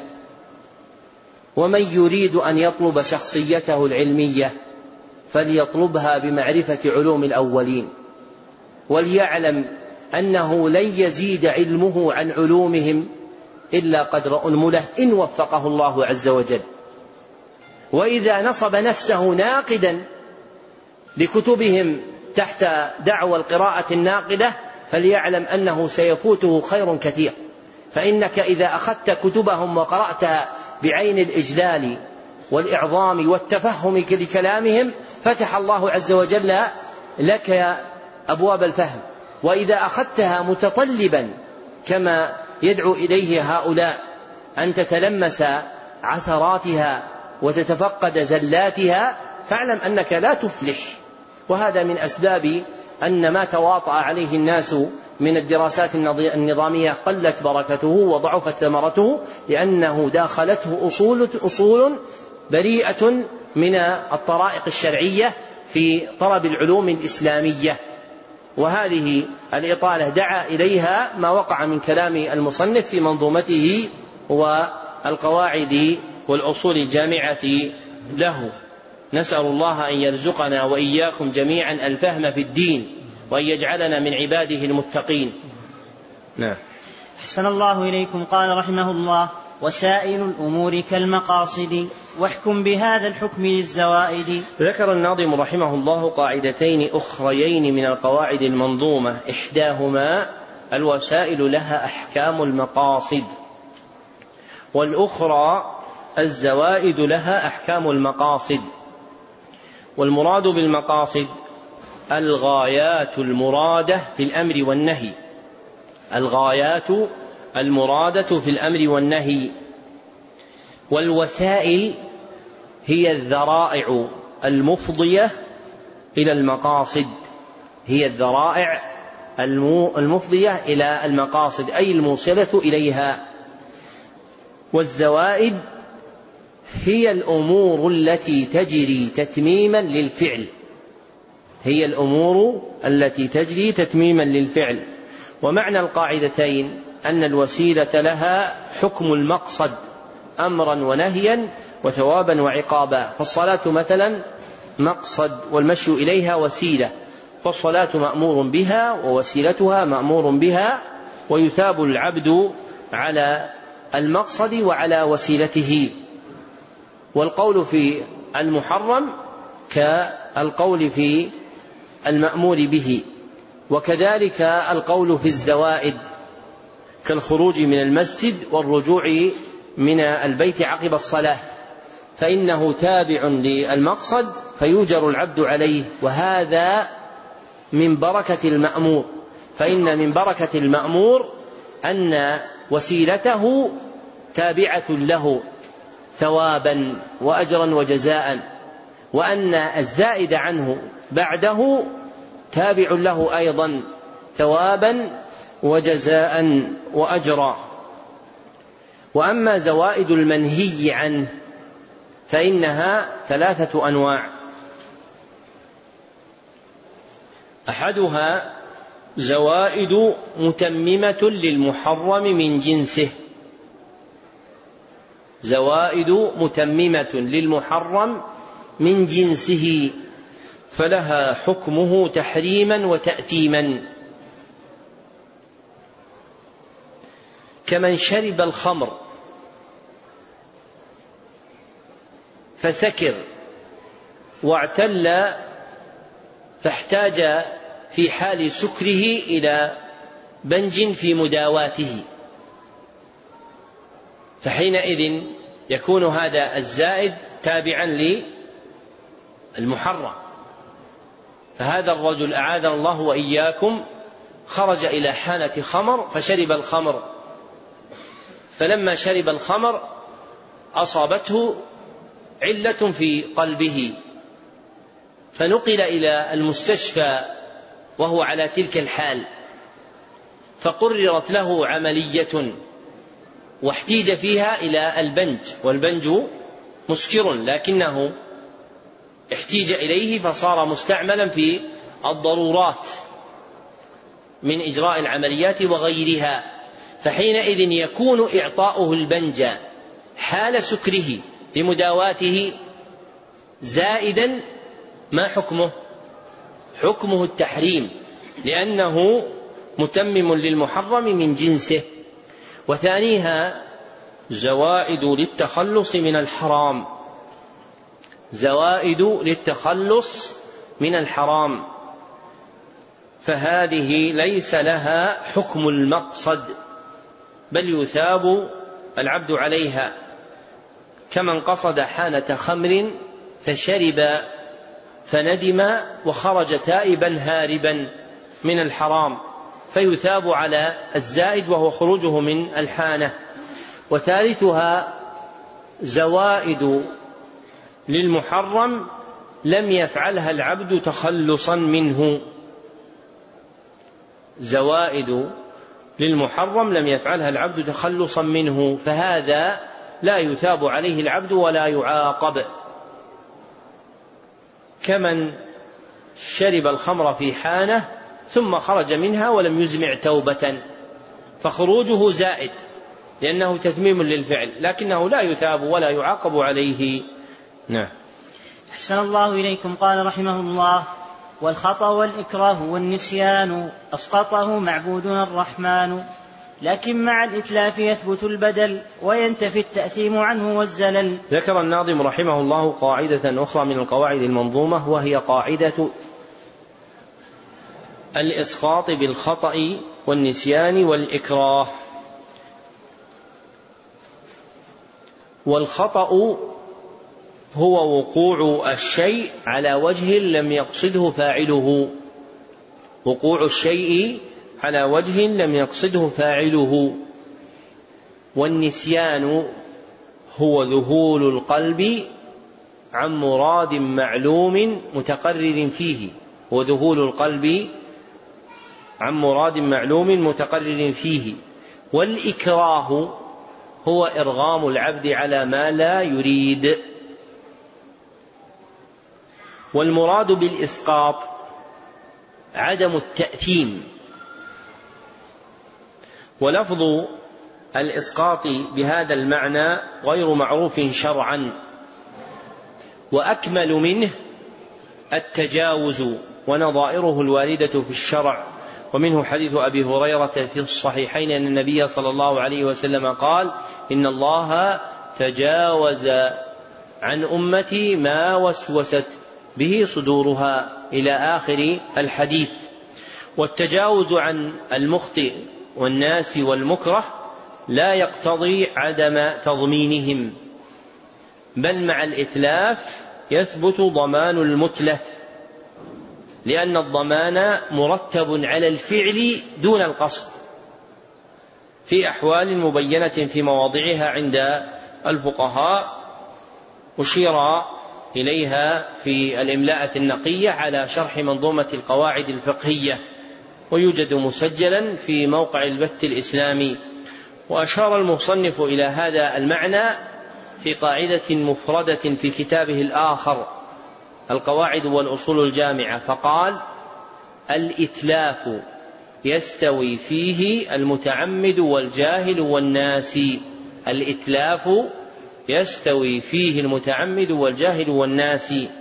ومن يريد أن يطلب شخصيته العلمية فليطلبها بمعرفة علوم الأولين، وليعلم أنه لن يزيد علمه عن علومهم إلا قدر أنمله إن وفقه الله عز وجل. وإذا نصب نفسه ناقدا لكتبهم تحت دعوى القراءة الناقدة فليعلم أنه سيفوته خير كثير، فإنك إذا أخذت كتبهم وقرأتها بعين الإجلال والإعظام والتفهم لكلامهم فتح الله عز وجل لك أبواب الفهم. وإذا أخذتها متطلبا كما يدعو إليه هؤلاء أن تتلمس عثراتها وتتفقد زلاتها فاعلم أنك لا تفلح. وهذا من أسباب أن ما تواطأ عليه الناس من الدراسات النظامية قلت بركته وضعفت ثمرته، لأنه داخلته أصول, أصول بريئة من الطرائق الشرعية في طلب العلوم الإسلامية. وهذه الإطالة دعا إليها ما وقع من كلام المصنف في منظومته والقواعد والأصول الجامعة له. نسأل الله أن يرزقنا وإياكم جميعا الفهم في الدين وأن يجعلنا من عباده المتقين. نعم. أحسن الله إليكم. قال رحمه الله: وسائل الأمور كالمقاصد واحكم بهذا الحكم للزوائد. ذكر الناظم رحمه الله قاعدتين أخريين من القواعد المنظومة، إحداهما الوسائل لها أحكام المقاصد، والأخرى الزوائد لها أحكام المقاصد. والمراد بالمقاصد الغايات المرادة في الأمر والنهي، الغايات المرادة في الأمر والنهي. والوسائل هي الذرائع المفضية إلى المقاصد، هي الذرائع المفضية إلى المقاصد أي الموصلة إليها. والزوائد هي الأمور التي تجري تتميما للفعل، هي الأمور التي تجري تتميما للفعل. ومعنى القاعدتين أن الوسيلة لها حكم المقصد أمرا ونهيا وثوابا وعقابا. فالصلاة مثلا مقصد والمشي إليها وسيلة، فالصلاة مأمور بها ووسيلتها مأمور بها، ويثاب العبد على المقصد وعلى وسيلته. والقول في المحرم كالقول في المأمور به، وكذلك القول في الزوائد كالخروج من المسجد والرجوع من البيت عقب الصلاة، فإنه تابع للمقصد فيوجر العبد عليه، وهذا من بركة المأمور، فإن من بركة المأمور أن وسيلته تابعة له ثوابا وأجرا وجزاء، وأن الزائد عنه بعده تابع له أيضا ثوابا وجزاء وأجرا. وأما زوائد المنهي عنه فإنها ثلاثة أنواع: أحدها زوائد متممة للمحرم من جنسه، زوائد متممة للمحرم من جنسه، فلها حكمه تحريما وتأثيما، كمن شرب الخمر فسكر واعتل فاحتاج في حال سكره إلى بنج في مداواته، فحينئذ يكون هذا الزائد تابعا للمحرم. فهذا الرجل أعاذنا الله وإياكم خرج إلى حانة خمر فشرب الخمر، فلما شرب الخمر أصابته علة في قلبه، فنقل إلى المستشفى وهو على تلك الحال، فقررت له عملية واحتيج فيها إلى البنج، والبنج مسكر لكنه احتيج إليه فصار مستعملا في الضرورات من إجراء العمليات وغيرها، فحينئذ يكون إعطاؤه البنج حال سكره لمداواته زائدا. ما حكمه؟ حكمه التحريم، لأنه متمم للمحرم من جنسه. وثانيها زوائد للتخلص من الحرام، زوائد للتخلص من الحرام، فهذه ليس لها حكم المقصد بل يثاب العبد عليها، كمن قصد حانة خمر فشرب فندم وخرج تائبا هاربا من الحرام، فيثاب على الزائد وهو خروجه من الحانة. وثالثها زوائد للمحرم لم يفعلها العبد تخلصا منه، زوائد للمحرم لم يفعلها العبد تخلصا منه، فهذا لا يثاب عليه العبد ولا يعاقب، كمن شرب الخمر في حانة ثم خرج منها ولم يزمع توبة، فخروجه زائد لأنه تتميم للفعل، لكنه لا يثاب ولا يعاقب عليه. نعم. أحسن الله إليكم. قال رحمه الله: والخطأ والإكراه والنسيان أسقطه معبودنا الرحمن، لكن مع الإتلاف يثبت البدل وينتفي التأثيم عنه والزلل. ذكر الناظم رحمه الله قاعدة أخرى من القواعد المنظومة، وهي قاعدة الإسقاط بالخطأ والنسيان والإكراه. والخطأ هو وقوع الشيء على وجه لم يقصده فاعله، وقوع الشيء على وجه لم يقصده فاعله. والنسيان هو ذهول القلب عن مراد معلوم متقرر فيه، وذهول القلب عن مراد معلوم متقرر فيه. والإكراه هو إرغام العبد على ما لا يريد. والمراد بالإسقاط عدم التأثيم. ولفظ الإسقاط بهذا المعنى غير معروف شرعا، وأكمل منه التجاوز ونظائره الواردة في الشرع. ومنه حديث أبي هريرة في الصحيحين أن النبي صلى الله عليه وسلم قال: إن الله تجاوز عن أمتي ما وسوست به صدورها، إلى آخر الحديث. والتجاوز عن المخطئ والناس والمكره لا يقتضي عدم تضمينهم، بل مع الإتلاف يثبت ضمان المتلف، لأن الضمان مرتب على الفعل دون القصد في أحوال مبينة في مواضعها عند الفقهاء، أشير إليها في الإملاءة النقية على شرح منظومة القواعد الفقهية، ويوجد مسجلا في موقع البث الإسلامي. وأشار المصنف إلى هذا المعنى في قاعدة مفردة في كتابه الآخر القواعد والأصول الجامعة، فقال: الإتلاف يستوي فيه المتعمد والجاهل والناسي. الإتلاف يستوي فيه المتعمد والجاهل والناسي.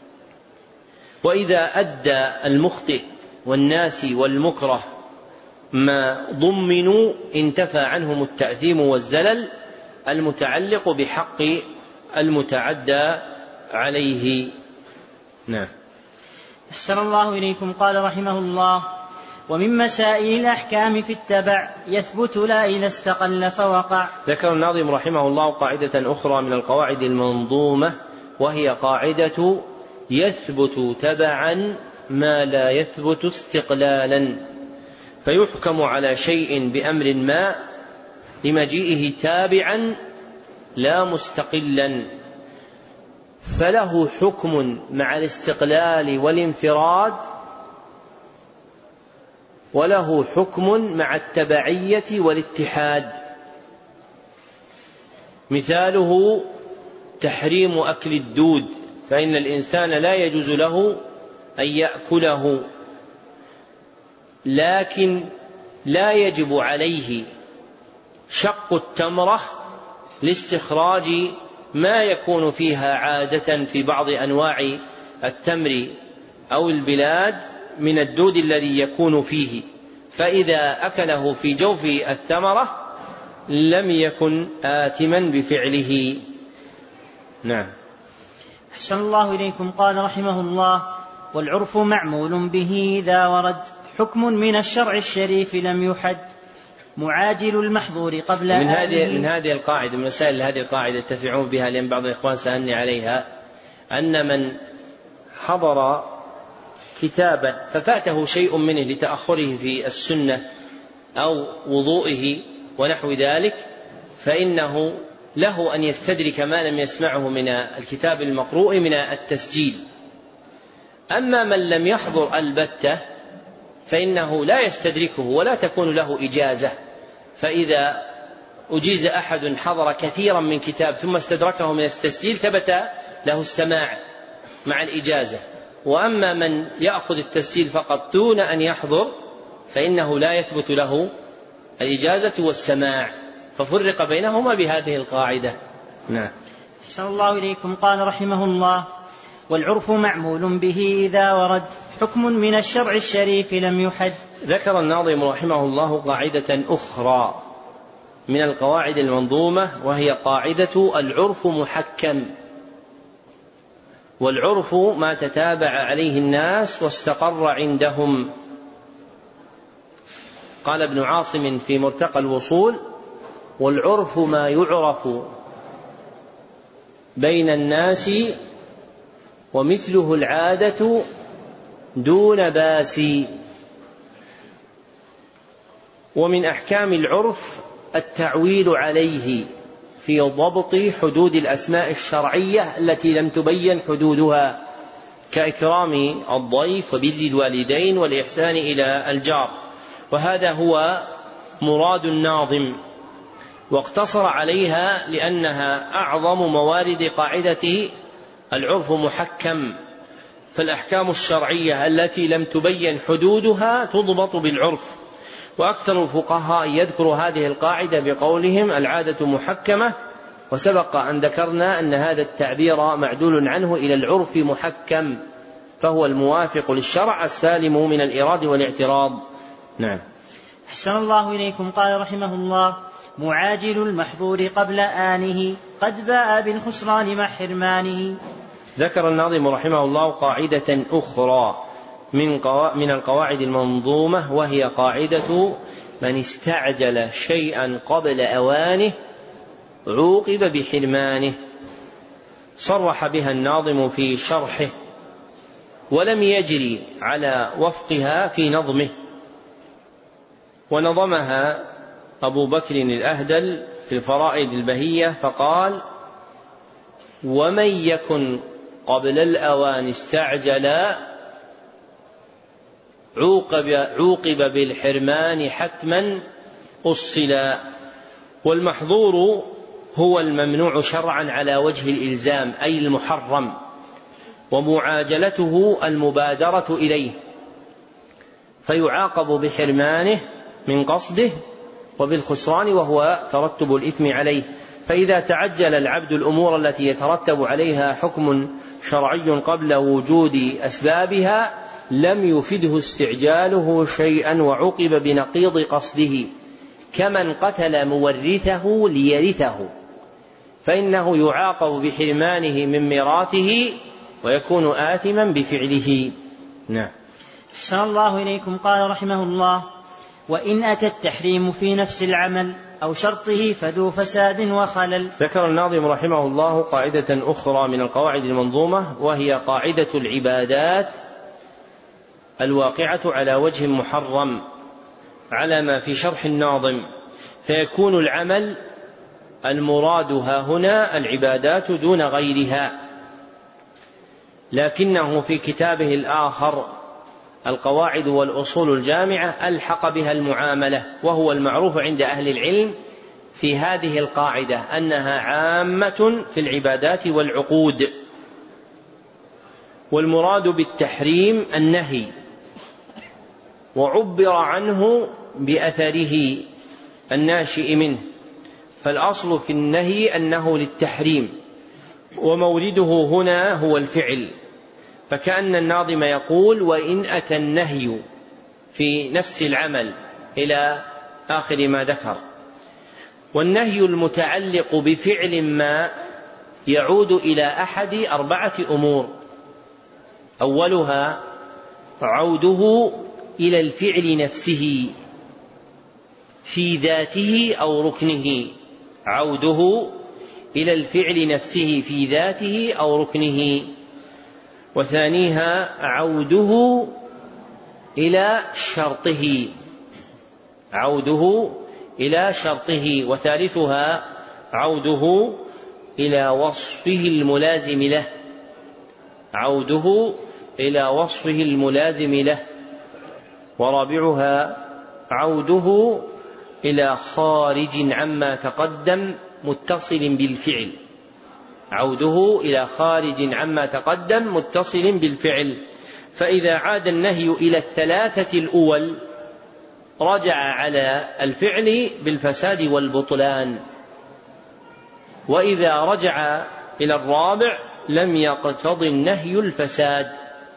وإذا أدى المخطئ والناسي والمكره ما ضمنوا انتفى عنهم التأثيم والزلل المتعلق بحق المتعدى عليه. نعم. أحسن الله إليكم. قال رحمه الله: ومن مسائل الأحكام في التبع يثبت لا إذا استقل فوقع. ذكر الناظم رحمه الله قاعدة أخرى من القواعد المنظومة، وهي قاعدة يثبت تبعا ما لا يثبت استقلالا، فيحكم على شيء بأمر ما لمجيئه تابعا لا مستقلا، فله حكم مع الاستقلال والانفراد، وله حكم مع التبعية والاتحاد. مثاله تحريم أكل الدود، فإن الإنسان لا يجوز له أن يأكله، لكن لا يجب عليه شق التمرة لاستخراج ما يكون فيها عادة في بعض أنواع التمر أو البلاد من الدود الذي يكون فيه، فإذا أكله في جوف الثمرة لم يكن آثما بفعله. نعم. أحسن الله إليكم. قال رحمه الله: والعرف معمول به إذا ورد حكم من الشرع الشريف لم يحد معاجل المحظور قبل من هذه من هذه القاعدة، من مسائل هذه القاعدة يتفعون بها، لأن بعض الإخوان سألني عليها، أن من حضر كتابا ففاته شيء منه لتأخره في السنة أو وضوئه ونحو ذلك، فإنه له أن يستدرك ما لم يسمعه من الكتاب المقروء من التسجيل. أما من لم يحضر البتة فإنه لا يستدركه ولا تكون له إجازة، فإذا أجيز أحد حضر كثيرا من كتاب ثم استدركه من التسجيل ثبت له السماع مع الإجازة. وأما من يأخذ التسجيل فقط دون أن يحضر فإنه لا يثبت له الإجازة والسماع، ففرق بينهما بهذه القاعدة. نعم. أحسن الله إليكم. قال رحمه الله: والعرف معمول به إذا ورد حكم من الشرع الشريف لم يحد. ذكر الناظم رحمه الله قاعدة أخرى من القواعد المنظومة، وهي قاعدة العرف محكم. والعرف ما تتابع عليه الناس واستقر عندهم. قال ابن عاصم في مرتقى الوصول: والعرف ما يعرف بين الناس ومثله العادة دون باس. ومن أحكام العرف التعويل عليه في ضبط حدود الأسماء الشرعية التي لم تبين حدودها، كإكرام الضيف وبر الوالدين والإحسان إلى الجار، وهذا هو مراد الناظم، واقتصر عليها لأنها أعظم موارد قاعدة العرف محكم. فالأحكام الشرعية التي لم تبين حدودها تضبط بالعرف، وأكثر الفقهاء يذكر هذه القاعدة بقولهم العادة محكمة، وسبق أن ذكرنا أن هذا التعبير معدول عنه إلى العرف محكم، فهو الموافق للشرع السالم من الإراد والاعتراض. نعم. أحسن الله إليكم. قال رحمه الله: معاجل المحظور قبل آنه قد باء بالخسران مع حرمانه. ذكر الناظم رحمه الله قاعدة أخرى من من القواعد المنظومة، وهي قاعدة من استعجل شيئا قبل أوانه عوقب بحرمانه. صرح بها الناظم في شرحه ولم يجري على وفقها في نظمه، ونظمها أبو بكر الأهدل في الفرائد البهية فقال: ومن يكن قبل الأوان استعجلا عوقب, عوقب بالحرمان حتما أصلا. والمحظور هو الممنوع شرعا على وجه الإلزام أي المحرم، ومعاجلته المبادرة إليه، فيعاقب بحرمانه من قصده وبالخسران وهو ترتب الإثم عليه. فإذا تعجل العبد الأمور التي يترتب عليها حكم شرعي قبل وجود أسبابها لم يفده استعجاله شيئا وعوقب بنقيض قصده، كمن قتل مورثه ليرثه فإنه يعاقب بحرمانه من ميراثه ويكون آثما بفعله. نعم. أحسن الله إليكم. قال رحمه الله: وإن أتى التحريم في نفس العمل أو شرطه فذو فساد وخلل. ذكر الناظم رحمه الله قاعدة أخرى من القواعد المنظومة، وهي قاعدة العبادات الواقعة على وجه محرم على ما في شرح الناظم، فيكون العمل المراد ها هنا العبادات دون غيرها. لكنه في كتابه الآخر القواعد والأصول الجامعة ألحق بها المعاملة، وهو المعروف عند أهل العلم في هذه القاعدة أنها عامة في العبادات والعقود. والمراد بالتحريم النهي، وعبر عنه بأثره الناشئ منه، فالأصل في النهي أنه للتحريم، ومورده هنا هو الفعل، فكأن الناظم يقول: وإن أتى النهي في نفس العمل إلى آخر ما ذكر. والنهي المتعلق بفعل ما يعود إلى أحد أربعة أمور: أولها عوده إلى الفعل نفسه في ذاته أو ركنه، عوده إلى الفعل نفسه في ذاته أو ركنه. وثانيها عوده إلى شرطه، عوده إلى شرطه. وثالثها عوده إلى وصفه الملازم له، عوده إلى وصفه الملازم له. ورابعها عوده إلى خارج عما تقدم متصل بالفعل، عوده إلى خارج عما تقدم متصل بالفعل. فإذا عاد النهي إلى الثلاثة الأول رجع على الفعل بالفساد والبطلان، وإذا رجع إلى الرابع لم يقتضي النهي الفساد.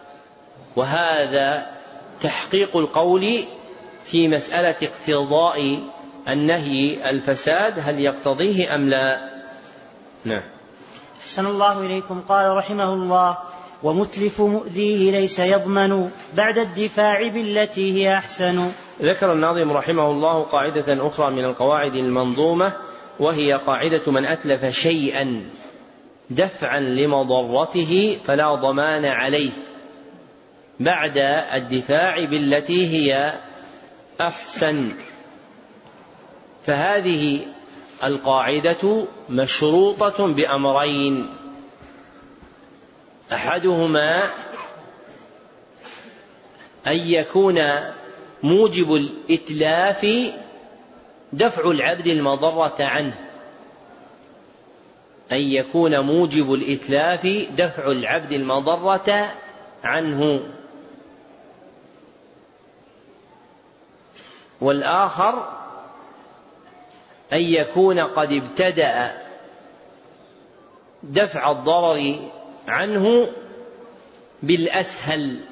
وهذا تحقيق القول في مسألة اقتضاء النهي الفساد، هل يقتضيه أم لا؟ نعم. أحسن الله إليكم. قال رحمه الله: ومتلف مؤذيه ليس يضمن بعد الدفاع بالتي هي أحسن. ذكر الناظم رحمه الله قاعدة أخرى من القواعد المنظومة، وهي قاعدة من أتلف شيئا دفعا لمضرته فلا ضمان عليه بعد الدفاع بالتي هي أحسن. فهذه القاعدة مشروطة بأمرين: أحدهما أن يكون موجب الإتلاف دفع العبد المضرة عنه، أن يكون موجب الإتلاف دفع العبد المضرة عنه. والآخر أن يكون قد ابتدأ دفع الضرر عنه بالأسهل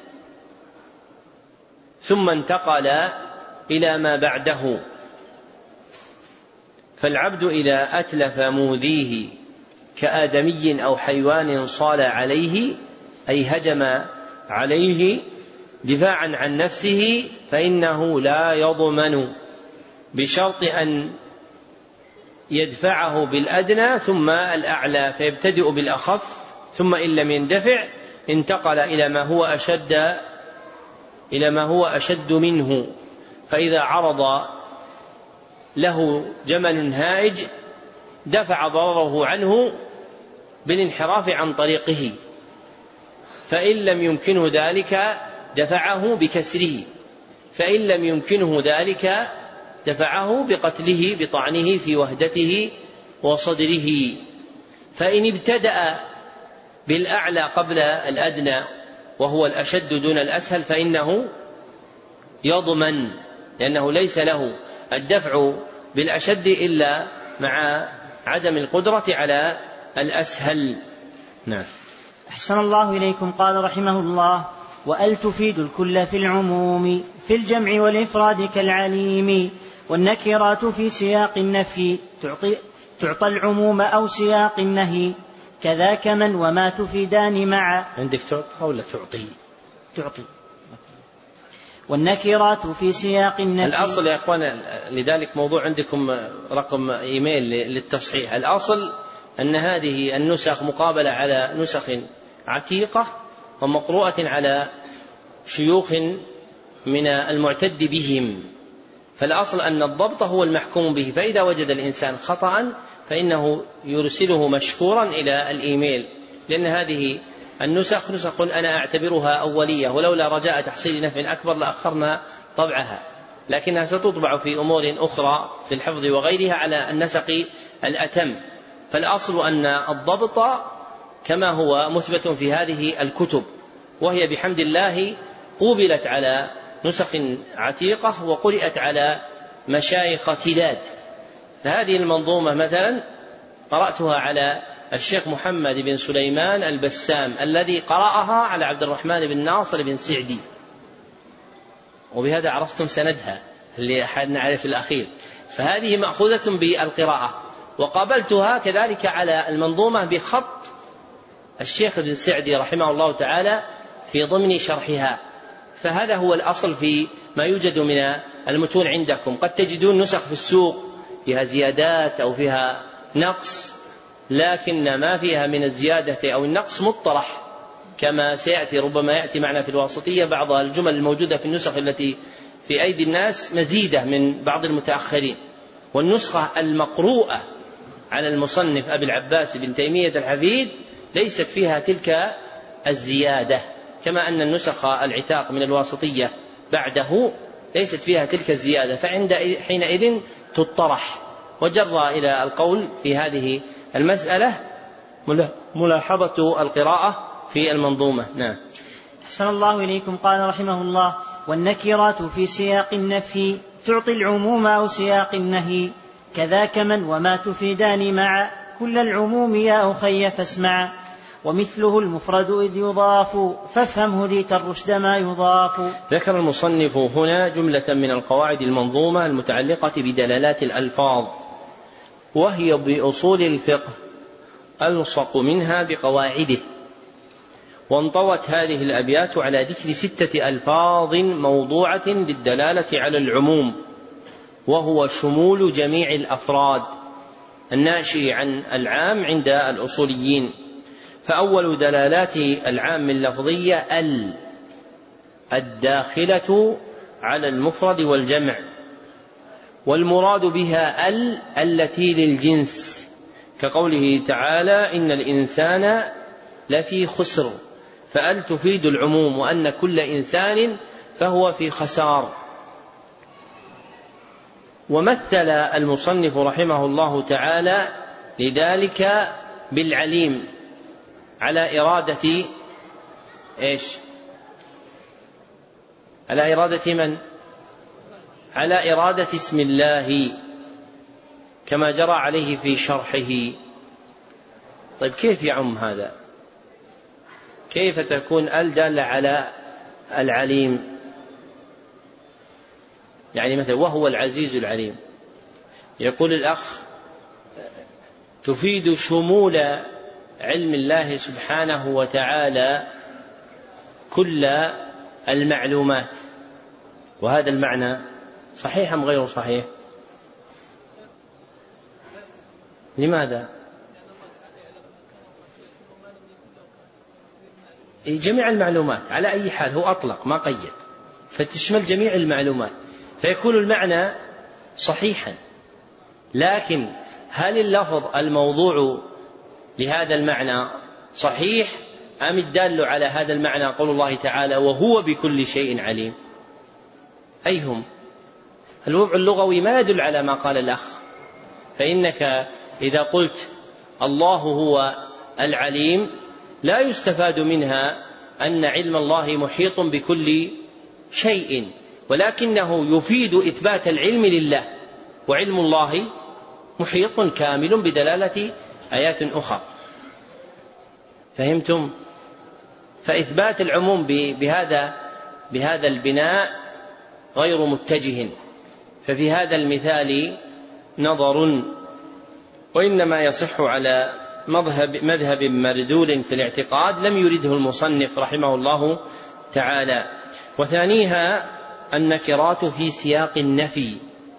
ثم انتقل إلى ما بعده. فالعبد إذا أتلف موذيه كآدمي أو حيوان صال عليه أي هجم عليه دفاعا عن نفسه فإنه لا يضمن بشرط أن يدفعه بالأدنى ثم الأعلى، فيبتدئ بالأخف ثم إن لم يندفع انتقل إلى ما هو أشد إلى ما هو أشد منه. فإذا عرض له جمل هائج دفع ضرره عنه بالانحراف عن طريقه، فإن لم يمكنه ذلك دفعه بكسره، فإن لم يمكنه ذلك دفعه بقتله بطعنه في وهدته وصدره. فإن ابتدأ بالأعلى قبل الأدنى وهو الأشد دون الأسهل فإنه يضمن، لأنه ليس له الدفع بالأشد إلا مع عدم القدرة على الأسهل. نعم. أحسن الله إليكم. قال رحمه الله: وأل تفيد الكل في العموم في الجمع والإفراد كالعليم، والنكرات في سياق النفي تعطي, تعطى العموم أو سياق النهي، كذاك من وما تفيدان معا. عندك تعطى ولا تعطي؟ تعطي. والنكرات في سياق النفي. الأصل يا أخوان، لذلك موضوع عندكم رقم إيميل للتصحيح. الأصل أن هذه النسخ مقابلة على نسخ عتيقة ومقروءة على شيوخ من المعتد بهم، فالأصل أن الضبط هو المحكوم به، فإذا وجد الإنسان خطأ فإنه يرسله مشكورا إلى الإيميل، لأن هذه النسخ نسخ أنا أعتبرها أولية، ولولا رجاء تحصيل نفع أكبر لأخرنا طبعها، لكنها ستطبع في أمور أخرى في الحفظ وغيرها على النسق الأتم. فالأصل أن الضبط كما هو مثبت في هذه الكتب، وهي بحمد الله قوبلت على نسخ عتيقة وقرئت على مشايخ تلاد. فهذه المنظومة مثلا قرأتها على الشيخ محمد بن سليمان البسام الذي قرأها على عبد الرحمن بن ناصر بن سعدي، وبهذا عرفتم سندها اللي أحد نعرف الأخير، فهذه مأخوذة بالقراءة. وقابلتها كذلك على المنظومة بخط الشيخ بن سعدي رحمه الله تعالى في ضمن شرحها. فهذا هو الأصل في ما يوجد من المتون عندكم. قد تجدون نسخ في السوق فيها زيادات أو فيها نقص، لكن ما فيها من الزيادة أو النقص مطرح، كما سيأتي ربما يأتي معنا في الواسطية بعض الجمل الموجودة في النسخ التي في أيدي الناس مزيدة من بعض المتأخرين. والنسخة المقروءة على المصنف أبي العباس بن تيمية الحفيد ليست فيها تلك الزيادة، كما أن النسخ العتاق من الواسطية بعده ليست فيها تلك الزيادة، فعند حينئذ تطرح. وجرى إلى القول في هذه المسألة ملاحظة القراءة في المنظومة. نعم. أحسن الله إليكم. قال رحمه الله: والنكرات في سياق النفي تعطي العموم أو سياق النهي، كذاك من وما تفيدان مع كل العموم يا أخي فاسمع، ومثله المفرد إذ يضاف فافهم هديت الرشد ما يضاف. ذكر المصنف هنا جملة من القواعد المنظومة المتعلقة بدلالات الألفاظ، وهي بأصول الفقه ألصق منها بقواعده. وانطوت هذه الأبيات على ذكر ستة ألفاظ موضوعة للدلالة على العموم، وهو شمول جميع الأفراد الناشئ عن العام عند الأصوليين. فأول دلالات العام اللفظية ال الداخلة على المفرد والجمع، والمراد بها ال التي للجنس، كقوله تعالى: إن الإنسان لفي خسر، فأل تفيد العموم وأن كل إنسان فهو في خسار. ومثل المصنف رحمه الله تعالى لذلك بالعليم على إرادة إيش؟ على إرادة من؟ على إرادة اسم الله كما جرى عليه في شرحه. طيب كيف يعم هذا؟ كيف تكون ال دالة على العليم؟ يعني مثلا وهو العزيز العليم، يقول الأخ تفيد شمول علم الله سبحانه وتعالى كل المعلومات، وهذا المعنى صحيح أم غير صحيح؟ لماذا؟ جميع المعلومات على أي حال، هو أطلق ما قيد، فتشمل جميع المعلومات، فيكون المعنى صحيحا. لكن هل اللفظ الموضوع لهذا المعنى صحيح أم الدال على هذا المعنى قول الله تعالى وهو بكل شيء عليم؟ أي هم؟ الوضع اللغوي ما يدل على ما قال الأخ، فإنك إذا قلت الله هو العليم لا يستفاد منها أن علم الله محيط بكل شيء، ولكنه يفيد إثبات العلم لله، وعلم الله محيط كامل بدلالة آيات أخرى. فهمتم؟ فإثبات العموم بهذا بهذا البناء غير متجه، ففي هذا المثال نظر، وإنما يصح على مذهب, مذهب مرذول في الاعتقاد لم يرده المصنف رحمه الله تعالى. وثانيها النكرات في سياق النفي،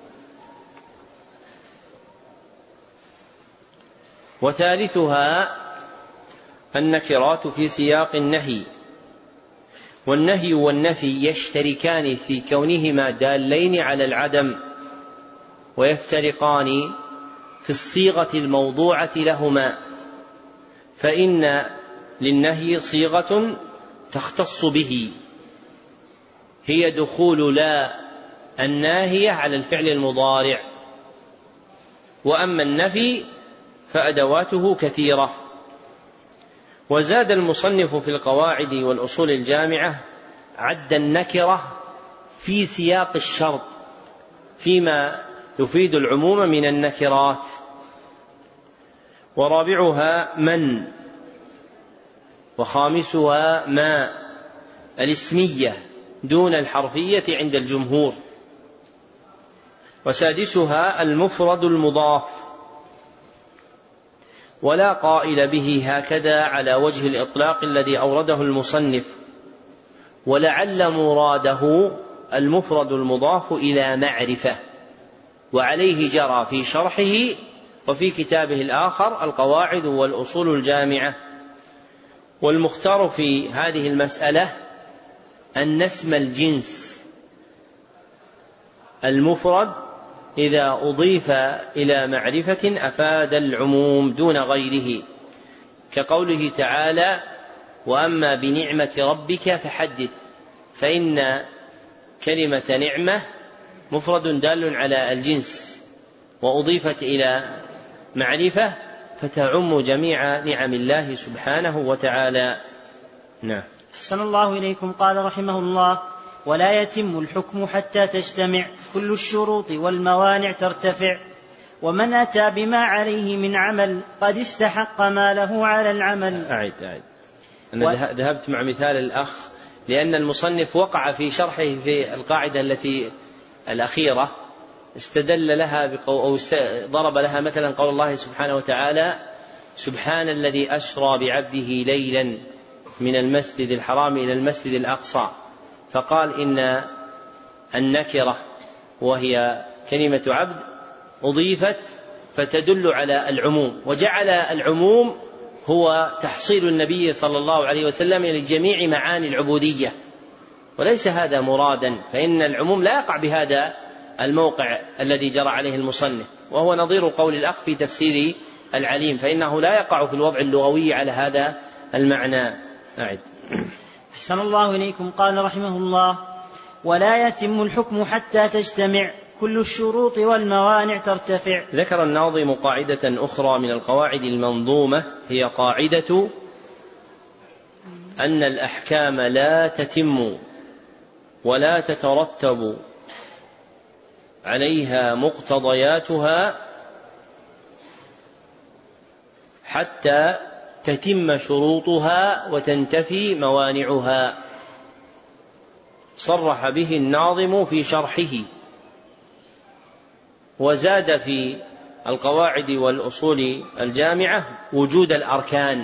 وثالثها النكرات في سياق النهي. والنهي والنفي يشتركان في كونهما دالين على العدم، ويفترقان في الصيغة الموضوعة لهما، فإن للنهي صيغة تختص به هي دخول لا الناهية على الفعل المضارع، وأما النفي فأدواته كثيرة. وزاد المصنف في القواعد والأصول الجامعة عد النكرة في سياق الشرط فيما يفيد العموم من النكرات. ورابعها من، وخامسها ما الاسمية دون الحرفية عند الجمهور، وسادسها المفرد المضاف، ولا قائل به هكذا على وجه الإطلاق الذي أورده المصنف، ولعل مراده المفرد المضاف إلى معرفة، وعليه جرى في شرحه وفي كتابه الآخر القواعد والأصول الجامعة. والمختار في هذه المسألة أن اسم الجنس المفرد إذا أضيف إلى معرفة أفاد العموم دون غيره، كقوله تعالى وأما بنعمة ربك فحدث، فإن كلمة نعمة مفرد دال على الجنس وأضيفت إلى معرفة فتعم جميع نعم الله سبحانه وتعالى. نعم. أحسن الله إليكم. قال رحمه الله ولا يتم الحكم حتى تجتمع كل الشروط والموانع ترتفع، ومن أتى بما عليه من عمل قد استحق ما له على العمل. أعد أعد أنا و... ذهبت مع مثال الأخ، لأن المصنف وقع في شرحه في القاعدة التي الأخيرة استدل لها بقو... أو است... ضرب لها مثلا قول الله سبحانه وتعالى سبحان الذي أسرى بعبده ليلا من المسجد الحرام إلى المسجد الأقصى، فقال إن النكرة وهي كلمة عبد أضيفت فتدل على العموم، وجعل العموم هو تحصيل النبي صلى الله عليه وسلم لجميع معاني العبودية، وليس هذا مرادا، فإن العموم لا يقع بهذا الموقع الذي جرى عليه المصنف، وهو نظير قول الأخ في تفسير العليم، فإنه لا يقع في الوضع اللغوي على هذا المعنى. أعد. أحسن الله إليكم. قال رحمه الله ولا يتم الحكم حتى تجتمع كل الشروط والموانع ترتفع. ذكر الناظم قاعدة أخرى من القواعد المنظومة، هي قاعدة أن الأحكام لا تتم ولا تترتب عليها مقتضياتها حتى تتم شروطها وتنتفي موانعها. صرح به الناظم في شرحه، وزاد في القواعد والأصول الجامعة وجود الأركان.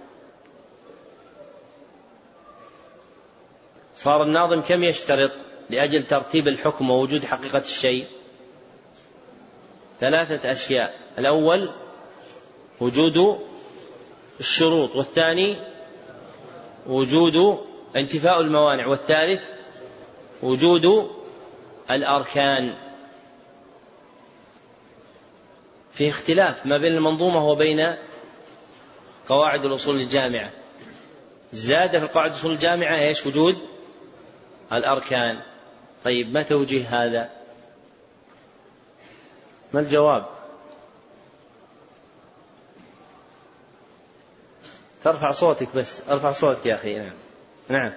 صار الناظم كم يشترط لأجل ترتيب الحكم ووجود حقيقة الشيء؟ ثلاثة أشياء. الأول وجود الشروط، والثاني وجود انتفاء الموانع، والثالث وجود الأركان. في اختلاف ما بين المنظومة وبين قواعد الأصول الجامعة. زاد في القواعد الأصول الجامعة ايش؟ وجود الأركان. طيب ما توجيه هذا؟ ما الجواب؟ ترفع صوتك بس، ارفع صوتك يا أخي. نعم نعم.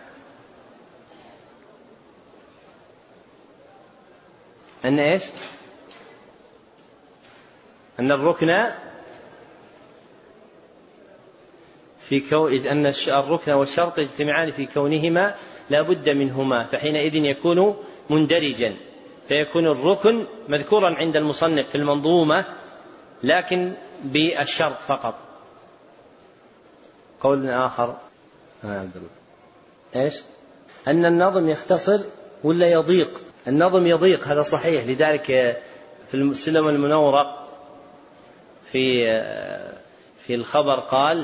أن إيش؟ أن الركن في كون أن الركن والشرط يجتمعان في كونهما لا بد منهما، فحينئذ يكون مندرجا، فيكون الركن مذكورا عند المصنف في المنظومة لكن بالشرط فقط. قول آخر إيش؟ أن النظم يختصر ولا يضيق؟ النظم يضيق، هذا صحيح. لذلك في السلم المنورق في في الخبر قال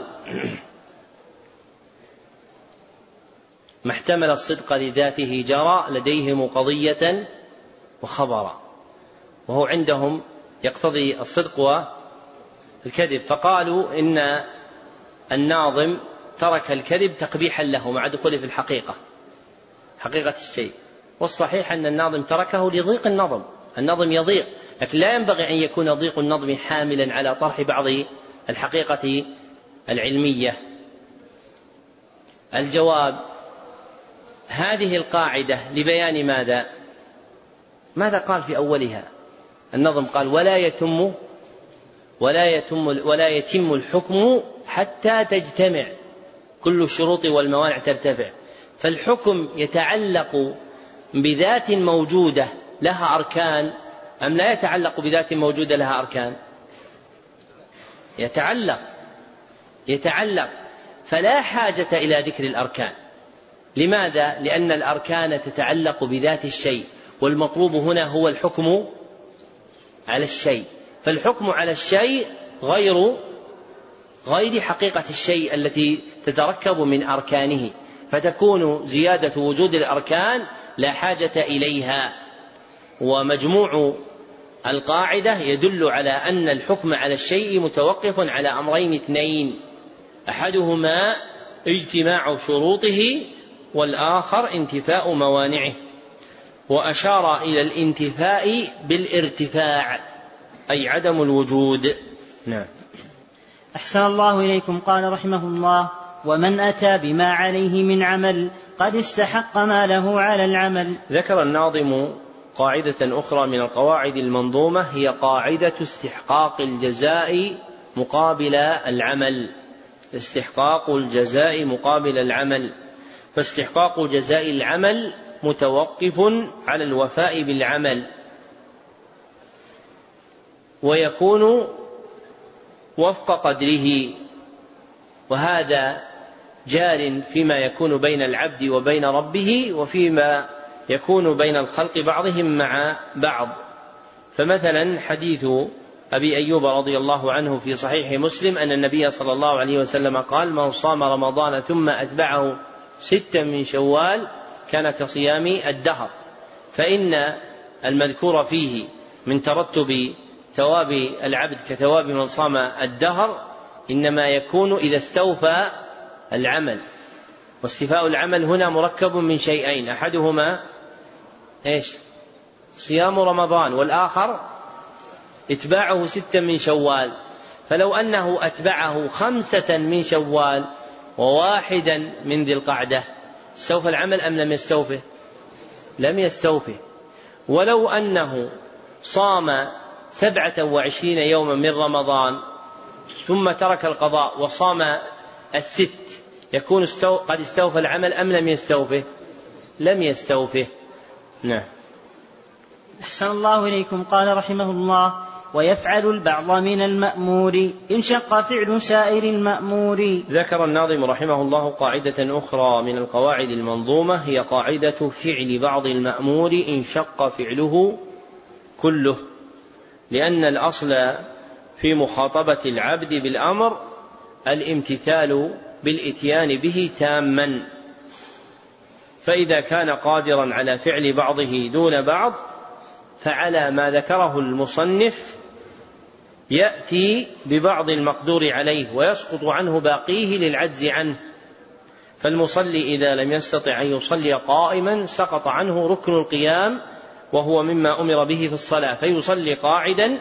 ما احتمل الصدق لذاته جرى لديهم قضية وخبرا، وهو عندهم يقتضي الصدق والكذب، فقالوا إن الناظم ترك الكذب تقبيحا له مع دخوله في الحقيقة، حقيقة الشيء. والصحيح أن الناظم تركه لضيق النظم، النظم يضيق، لكن لا ينبغي أن يكون ضيق النظم حاملا على طرح بعض الحقيقة العلمية. الجواب: هذه القاعدة لبيان ماذا؟ ماذا قال في أولها؟ النظم قال ولا يتم ولا يتم ولا يتم الحكم حتى تجتمع كل الشروط والموانع ترتفع. فالحكم يتعلق بذات موجودة لها أركان أم لا يتعلق بذات موجودة لها أركان؟ يتعلق يتعلق فلا حاجة إلى ذكر الأركان. لماذا؟ لأن الأركان تتعلق بذات الشيء، والمطلوب هنا هو الحكم على الشيء، فالحكم على الشيء غير غير حقيقة الشيء التي تتركب من أركانه، فتكون زيادة وجود الأركان لا حاجة إليها. ومجموع القاعدة يدل على أن الحكم على الشيء متوقف على أمرين اثنين: أحدهما اجتماع شروطه، والآخر انتفاء موانعه. وأشار إلى الانتفاء بالارتفاع أي عدم الوجود. نعم. أحسن الله إليكم. قال رحمه الله: ومن أتى بما عليه من عمل قد استحق ما له على العمل. ذكر الناظم قاعدة أخرى من القواعد المنظومة، هي قاعدة استحقاق الجزاء مقابل العمل. استحقاق الجزاء مقابل العمل. فاستحقاق جزاء العمل متوقف على الوفاء بالعمل، ويكون وفق قدره، وهذا جار فيما يكون بين العبد وبين ربه، وفيما يكون بين الخلق بعضهم مع بعض. فمثلا حديث أبي أيوب رضي الله عنه في صحيح مسلم أن النبي صلى الله عليه وسلم قال: من صام رمضان ثم أتبعه ستا من شوال كان كصيام الدهر. فإن المذكور فيه من ترتب ثواب العبد كثواب من صام الدهر إنما يكون إذا استوفى العمل، واستيفاء العمل هنا مركب من شيئين: أحدهما إيش؟ صيام رمضان، والآخر اتباعه ستا من شوال. فلو أنه أتبعه خمسة من شوال وواحدا من ذي القعدة استوفى العمل أم لم يستوفه؟ لم يستوفه. ولو أنه صام سبعة وعشرين يوما من رمضان ثم ترك القضاء وصام الست يكون استو... قد استوفى العمل أم لم يستوفه؟ لم يستوفه. نعم. أحسن الله إليكم. قال رحمه الله: ويفعل البعض من المأمور إن شق فعل سائر المأمور. ذكر الناظم رحمه الله قاعدة أخرى من القواعد المنظومة، هي قاعدة فعل بعض المأمور إن شق فعله كله. لأن الأصل في مخاطبة العبد بالأمر الامتثال بالإتيان به تاما، فإذا كان قادرا على فعل بعضه دون بعض فعلى ما ذكره المصنف يأتي ببعض المقدور عليه ويسقط عنه باقيه للعجز عنه. فالمصلي إذا لم يستطع أن يصلي قائما سقط عنه ركن القيام وهو مما أمر به في الصلاة فيصلي قاعدا.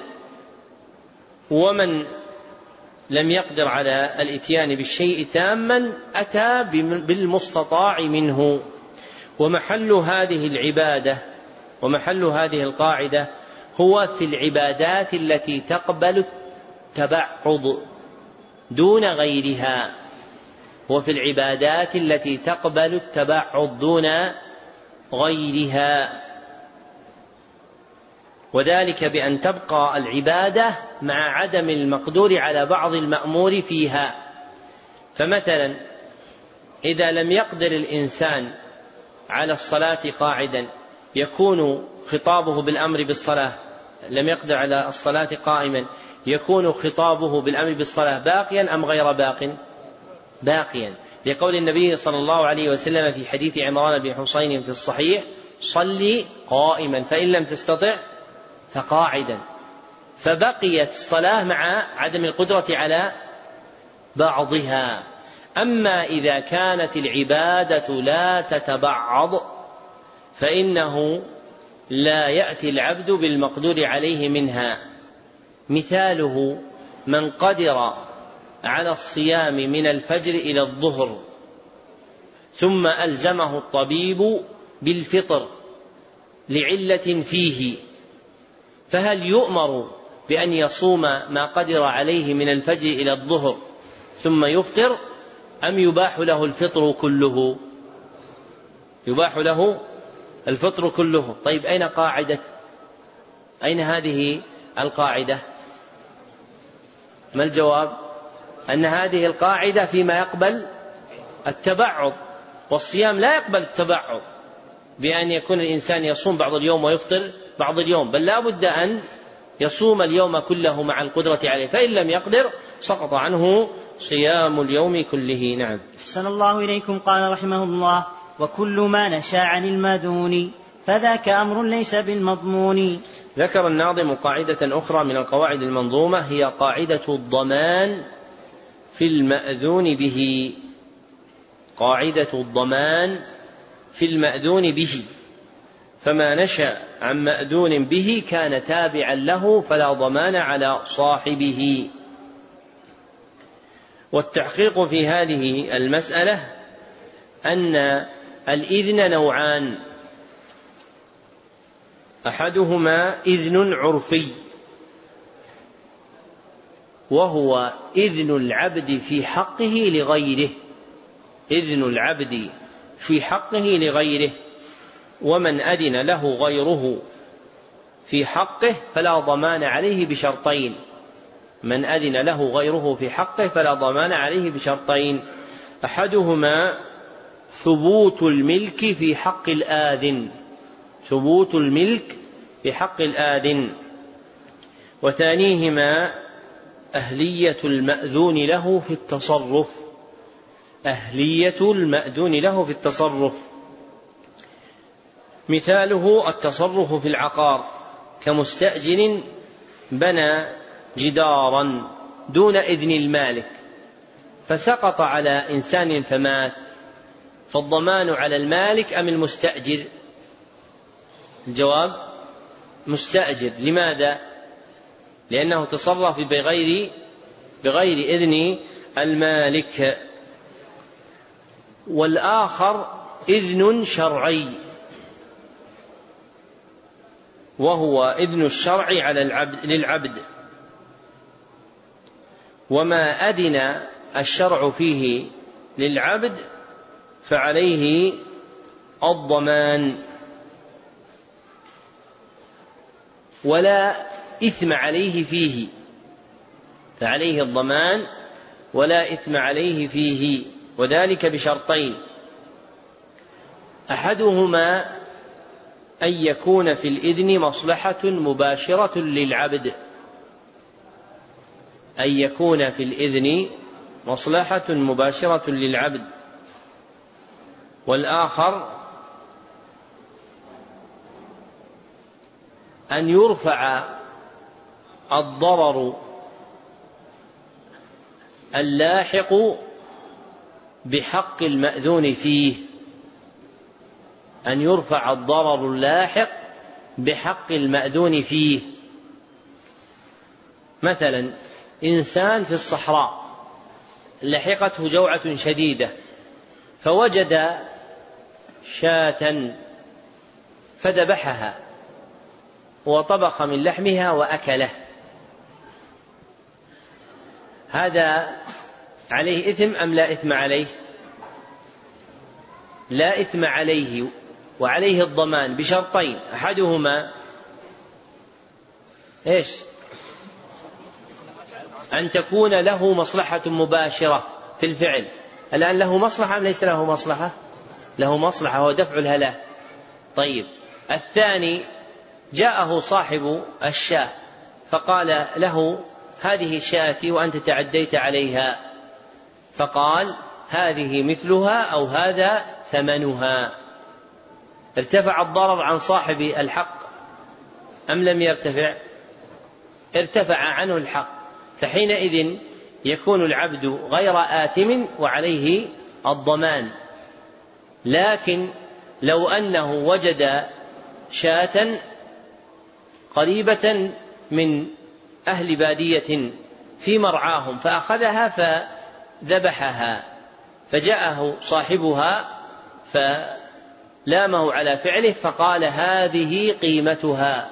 ومن لم يقدر على الإتيان بالشيء تاما أتى بالمستطاع منه. ومحل هذه العبادة ومحل هذه القاعدة هو في العبادات التي تقبل التبعض دون غيرها وفي العبادات التي تقبل التبعض دون غيرها، وذلك بأن تبقى العبادة مع عدم المقدور على بعض المأمور فيها. فمثلا إذا لم يقدر الإنسان على الصلاة قاعدا يكون خطابه بالأمر بالصلاة، لم يقدر على الصلاة قائما يكون خطابه بالأمر بالصلاة باقيا أم غير باق؟ باقيا، لقول النبي صلى الله عليه وسلم في حديث عمران بن حصين في الصحيح: صلي قائما فإن لم تستطع فقاعدا. فبقيت الصلاة مع عدم القدرة على بعضها. أما إذا كانت العبادة لا تتبعض فإنه لا يأتي العبد بالمقدور عليه منها. مثاله من قدر على الصيام من الفجر إلى الظهر ثم ألزمه الطبيب بالفطر لعلة فيه، فهل يؤمر بأن يصوم ما قدر عليه من الفجر إلى الظهر ثم يفطر أم يباح له الفطر كله؟ يباح له الفطر كله. طيب أين قاعدة أين هذه القاعدة؟ ما الجواب؟ أن هذه القاعدة فيما يقبل التبعض، والصيام لا يقبل التبعض بأن يكون الإنسان يصوم بعض اليوم ويفطر بعض اليوم، بل لا بد أن يصوم اليوم كله مع القدرة عليه، فإن لم يقدر سقط عنه صيام اليوم كله. نعم. أحسن الله إليكم. قال رحمه الله: وكل ما نشا عن المأذون فذاك أمر ليس بالمضمون. ذكر الناظم قاعدة أخرى من القواعد المنظومة هي قاعدة الضمان في المأذون به. قاعدة الضمان في المأذون به، فما نشأ عن مأذون به كان تابعا له فلا ضمان على صاحبه. والتحقيق في هذه المسألة أن الإذن نوعان: أحدهما إذن عرفي وهو إذن العبد في حقه لغيره، إذن العبد في حقه لغيره، ومن أذن له غيره في حقه فلا ضمان عليه بشرطين. من أذن له غيره في حقه فلا ضمان عليه بشرطين: أحدهما ثبوت الملك في حق الآذن، ثبوت الملك في حق الآذن، وثانيهما أهلية المأذون له في التصرف، أهلية المأذون له في التصرف. مثاله التصرف في العقار كمستأجر بنى جدارا دون إذن المالك فسقط على إنسان فمات، فالضمان على المالك أم المستأجر؟ الجواب: مستأجر. لماذا؟ لأنه تصرف بغير بغير إذن المالك. والآخر إذن شرعي وهو إذن الشرع على العبد للعبد، وما أذن الشرع فيه للعبد فعليه الضمان ولا إثم عليه فيه، فعليه الضمان ولا إثم عليه فيه، وذلك بشرطين: أحدهما أن يكون في الإذن مصلحة مباشرة للعبد، أن يكون في الإذن مصلحة مباشرة للعبد، والآخر أن يرفع الضرر اللاحق بحق المأذون فيه، أن يرفع الضرر اللاحق بحق المأذون فيه. مثلا إنسان في الصحراء لحقته جوعة شديدة فوجد شاة فذبحها وطبخ من لحمها وأكله، هذا عليه إثم أم لا إثم عليه؟ لا إثم عليه، وعليه الضمان بشرطين، أحدهما إيش؟ أن تكون له مصلحة مباشرة في الفعل. الآن له مصلحة أم ليس له مصلحة؟ له مصلحة، هو دفع الهلاك. طيب، الثاني جاءه صاحب الشاة فقال له هذه شاتي وأنت تعديت عليها، فقال هذه مثلها أو هذا ثمنها، ارتفع الضرر عن صاحب الحق أم لم يرتفع؟ ارتفع عنه الحق، فحينئذ يكون العبد غير آثم وعليه الضمان. لكن لو أنه وجد شاة قريبة من أهل بادية في مرعاهم فأخذها فذبحها، فجاءه صاحبها فلامه على فعله فقال هذه قيمتها،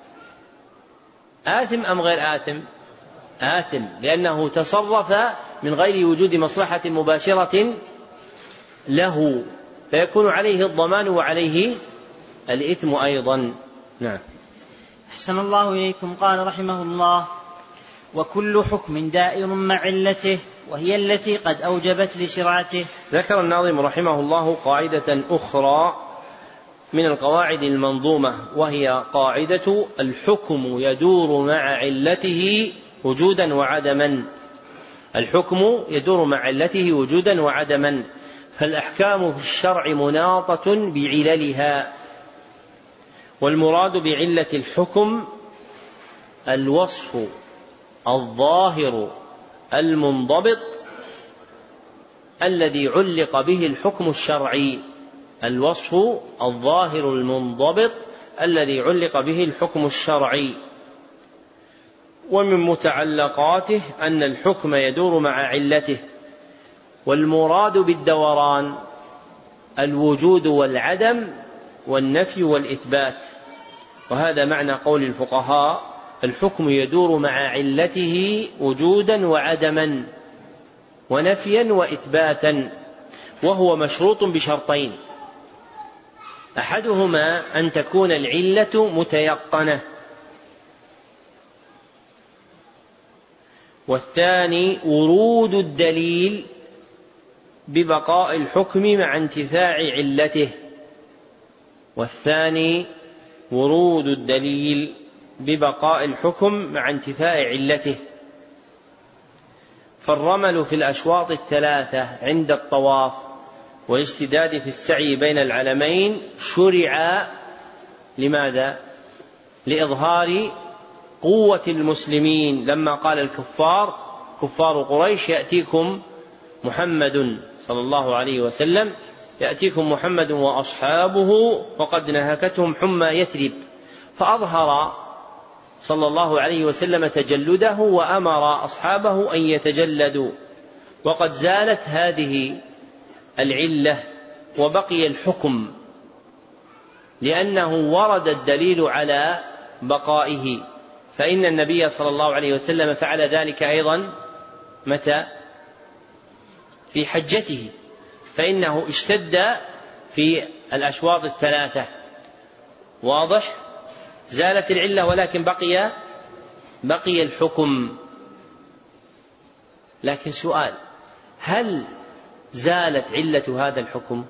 آثم أم غير آثم؟ آثم، لأنه تصرف من غير وجود مصلحة مباشرة له، فيكون عليه الضمان وعليه الإثم أيضا. نعم. أحسن الله إليكم. قال رحمه الله: وكل حكم دائر مع علته وهي التي قد أوجبت لشرعته. ذكر الناظم رحمه الله قاعدة أخرى من القواعد المنظومة، وهي قاعدة الحكم يدور مع علته وجودا وعدما. الحكم يدور مع علته وجودا وعدما، فالأحكام في الشرع مناطة بعللها، والمراد بعلة الحكم الوصف الظاهر المنضبط الذي علق به الحكم الشرعي. الوصف الظاهر المنضبط الذي علق به الحكم الشرعي. ومن متعلقاته أن الحكم يدور مع علته، والمراد بالدوران الوجود والعدم والنفي والإثبات. وهذا معنى قول الفقهاء: الحكم يدور مع علته وجودا وعدما ونفيا وإثباتا، وهو مشروط بشرطين: أحدهما أن تكون العلة متيقنة، والثاني ورود الدليل ببقاء الحكم مع انتفاع علته. والثاني ورود الدليل ببقاء الحكم مع انتفاء علته. فالرمل في الأشواط الثلاثة عند الطواف والاشتداد في السعي بين العلمين شرع لماذا؟ لإظهار قوة المسلمين، لما قال الكفار كفار قريش: يأتيكم محمد صلى الله عليه وسلم يأتيكم محمد وأصحابه وقد نهكتهم حمى يثرب، فأظهر صلى الله عليه وسلم تجلده وأمر أصحابه أن يتجلدوا، وقد زالت هذه العلة وبقي الحكم، لأنه ورد الدليل على بقائه. فإن النبي صلى الله عليه وسلم فعل ذلك أيضا متى؟ في حجته، فإنه اشتد في الأشواط الثلاثة. واضح؟ زالت العلة ولكن بقي بقي الحكم. لكن سؤال: هل زالت علة هذا الحكم؟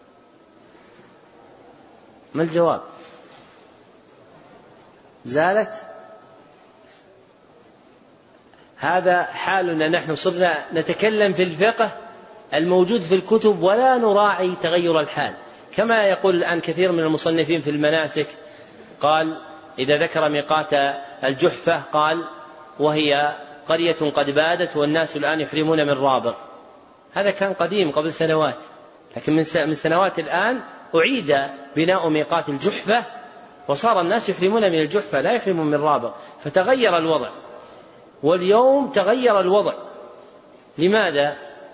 ما الجواب؟ زالت. هذا حالنا نحن، صرنا نتكلم في الفقه الموجود في الكتب ولا نراعي تغير الحال. كما يقول الآن كثير من المصنفين في المناسك، قال إذا ذكر ميقات الجحفة قال وهي قرية قد بادت والناس الآن يحرمون من رابغ. هذا كان قديم قبل سنوات، لكن من سنوات الآن أعيد بناء ميقات الجحفة وصار الناس يحرمون من الجحفة لا يحرمون من رابغ، فتغير الوضع. واليوم تغير الوضع. لماذا؟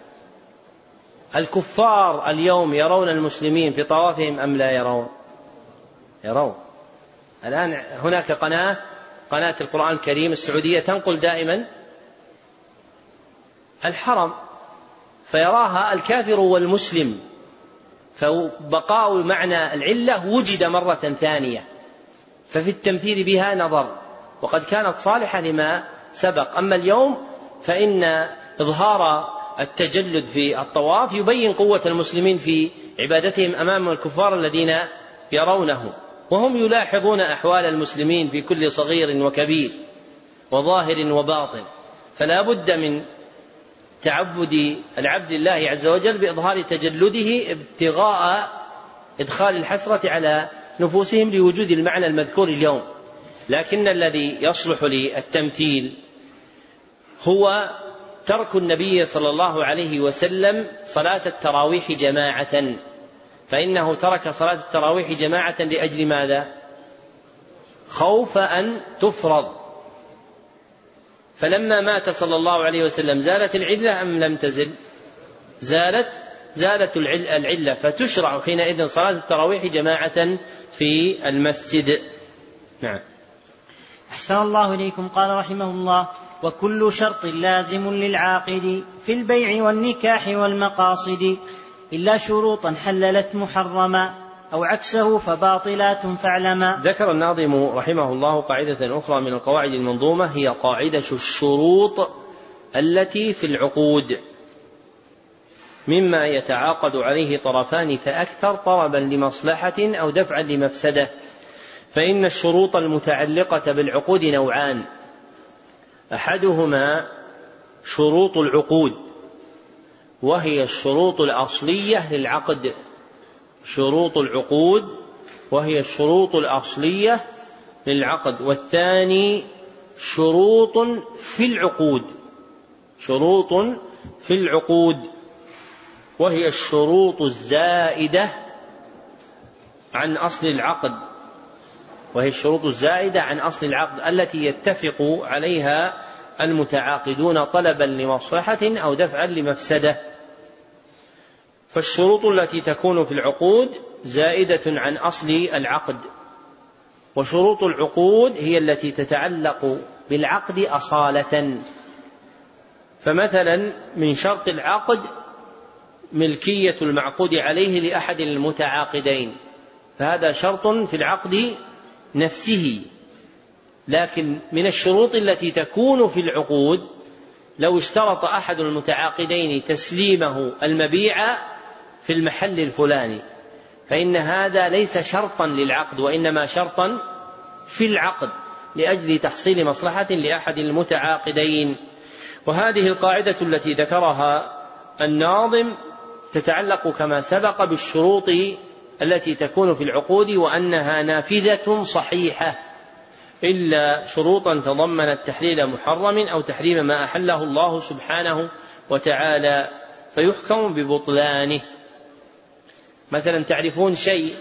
الكفار اليوم يرون المسلمين في طوافهم أم لا يرون؟ يرون. الآن هناك قناة قناة القرآن الكريم السعودية تنقل دائما الحرم، فيراها الكافر والمسلم، فبقاء معنى العلة وجد مرة ثانية، ففي التمثيل بها نظر، وقد كانت صالحة لما سبق. أما اليوم فإن إظهار التجلد في الطواف يبين قوة المسلمين في عبادتهم أمام الكفار الذين يرونه، وهم يلاحظون أحوال المسلمين في كل صغير وكبير وظاهر وباطن. فلا بد من تعبد العبد الله عز وجل بإظهار تجلده ابتغاء إدخال الحسرة على نفوسهم لوجود المعنى المذكور اليوم. لكن الذي يصلح للتمثيل هو ترك النبي صلى الله عليه وسلم صلاة التراويح جماعة، فإنه ترك صلاة التراويح جماعة لأجل ماذا؟ خوف أن تفرض. فلما مات صلى الله عليه وسلم زالت العلة أم لم تزل؟ زالت زالت العلة، فتشرع حينئذ صلاة التراويح جماعة في المسجد. نعم. أحسن الله إليكم. قال رحمه الله: وكل شرط لازم للعاقد في البيع والنكاح والمقاصد إلا شروطا حللت محرما أو عكسه فباطلات فاعلما. ذكر الناظم رحمه الله قاعدة أخرى من القواعد المنظومة، هي قاعدة الشروط التي في العقود، مما يتعاقد عليه طرفان فأكثر طلبا لمصلحة أو دفعا لمفسدة. فإن الشروط المتعلقة بالعقود نوعان: أحدهما شروط العقود وهي الشروط الأصلية للعقد، شروط العقود وهي الشروط الأصلية للعقد، والثاني شروط في العقود، شروط في العقود وهي الشروط الزائدة عن أصل العقد، وهي الشروط الزائدة عن أصل العقد التي يتفق عليها المتعاقدون طلبا لمصلحة أو دفعا لمفسدة. فالشروط التي تكون في العقود زائدة عن أصل العقد، وشروط العقود هي التي تتعلق بالعقد أصالة. فمثلا من شرط العقد ملكية المعقود عليه لأحد المتعاقدين، فهذا شرط في العقد نفسه. لكن من الشروط التي تكون في العقود لو اشترط أحد المتعاقدين تسليمه المبيع في المحل الفلاني، فإن هذا ليس شرطا للعقد وإنما شرطا في العقد لأجل تحصيل مصلحة لأحد المتعاقدين. وهذه القاعدة التي ذكرها الناظم تتعلق كما سبق بالشروط التي تكون في العقود، وأنها نافذة صحيحة إلا شروطا تضمنت تحليل محرم أو تحريم ما أحله الله سبحانه وتعالى فيحكم ببطلانه. مثلا تعرفون شيء،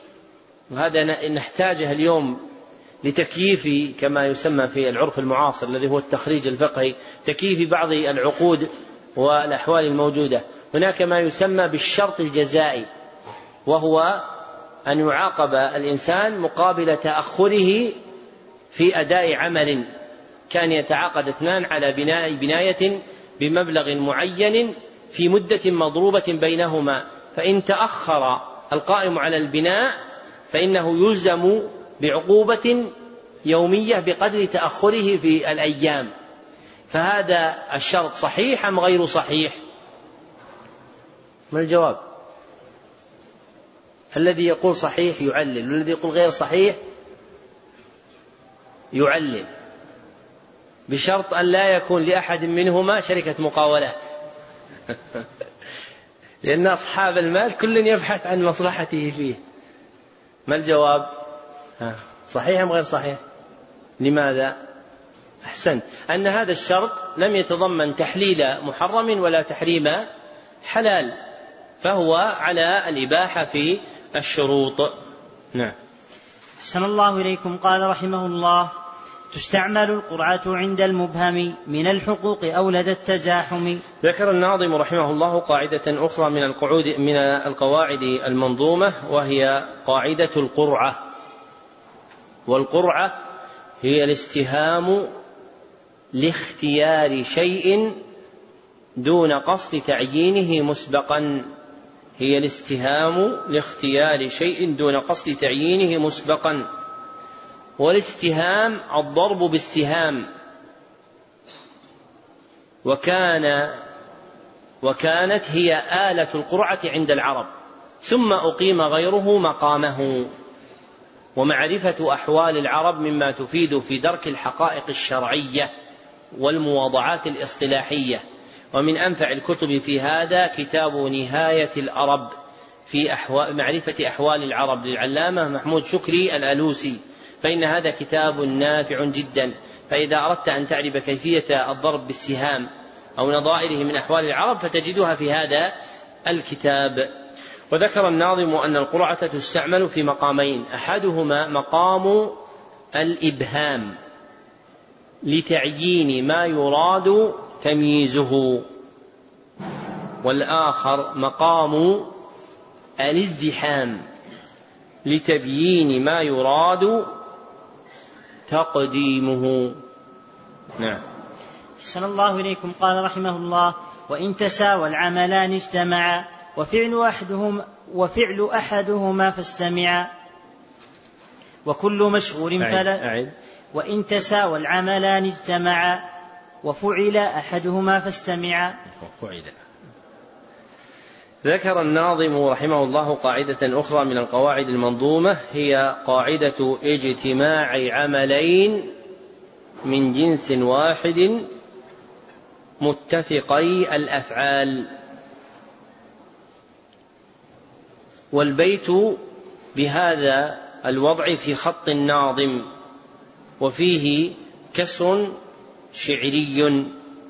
وهذا نحتاجه اليوم لتكييف كما يسمى في العرف المعاصر الذي هو التخريج الفقهي، تكييف بعض العقود والأحوال الموجودة. هناك ما يسمى بالشرط الجزائي، وهو أن يعاقب الإنسان مقابل تأخره في أداء عمل، كان يتعاقد اثنان على بناء بناية بمبلغ معين في مدة مضروبة بينهما، فإن تأخر القائم على البناء فإنه يلزم بعقوبة يومية بقدر تأخره في الأيام. فهذا الشرط صحيح أم غير صحيح؟ ما الجواب؟ الذي يقول صحيح يعلل، والذي يقول غير صحيح يعلل. بشرط أن لا يكون لأحد منهما شركة مقاولات لأن أصحاب المال كل يبحث عن مصلحته فيه. ما الجواب؟ صحيح أم غير صحيح؟ لماذا؟ أحسنت، أن هذا الشرط لم يتضمن تحليل محرم ولا تحريم حلال، فهو على الإباحة في الشروط. نعم. أحسن الله إليكم. قال رحمه الله: تستعمل القرعة عند المبهم من الحقوق أو لدى التزاحم. ذكر الناظم رحمه الله قاعدة أخرى من القعود من القواعد المنظومة، وهي قاعدة القرعة. والقرعة هي الاستهام لاختيار شيء دون قصد تعيينه مسبقا. هي الاستهام لاختيار شيء دون قصد تعيينه مسبقا. والاستهام الضرب باستهام، وكان وكانت هي آلة القرعة عند العرب، ثم أقيم غيره مقامه. ومعرفة أحوال العرب مما تفيد في درك الحقائق الشرعية والمواضعات الاصطلاحية. ومن أنفع الكتب في هذا كتاب نهاية الأرب في أحوال معرفة أحوال العرب للعلامة محمود شكري الألوسي، فإن هذا كتاب نافع جدا. فإذا أردت أن تعرف كيفية الضرب بالسهام أو نظائره من أحوال العرب فتجدها في هذا الكتاب. وذكر الناظم أن القرعة تستعمل في مقامين: أحدهما مقام الإبهام لتعيين ما يراد تمييزه، والآخر مقام الازدحام لتبيين ما يراد تقديمه. نعم. أحسن الله إليكم. قال رحمه الله: وإن تساوى العملان اجتمعا وفعل أحدهما, وفعل أحدهما فاستمعا وكل مشغول فلا. وإن تساوى العملان اجتمعا وفعل أحدهما فاستمعا. ذكر الناظم رحمه الله قاعدة أخرى من القواعد المنظومة، هي قاعدة اجتماع عملين من جنس واحد متفقي الأفعال. والبيت بهذا الوضع في خط الناظم، وفيه كسر شعري،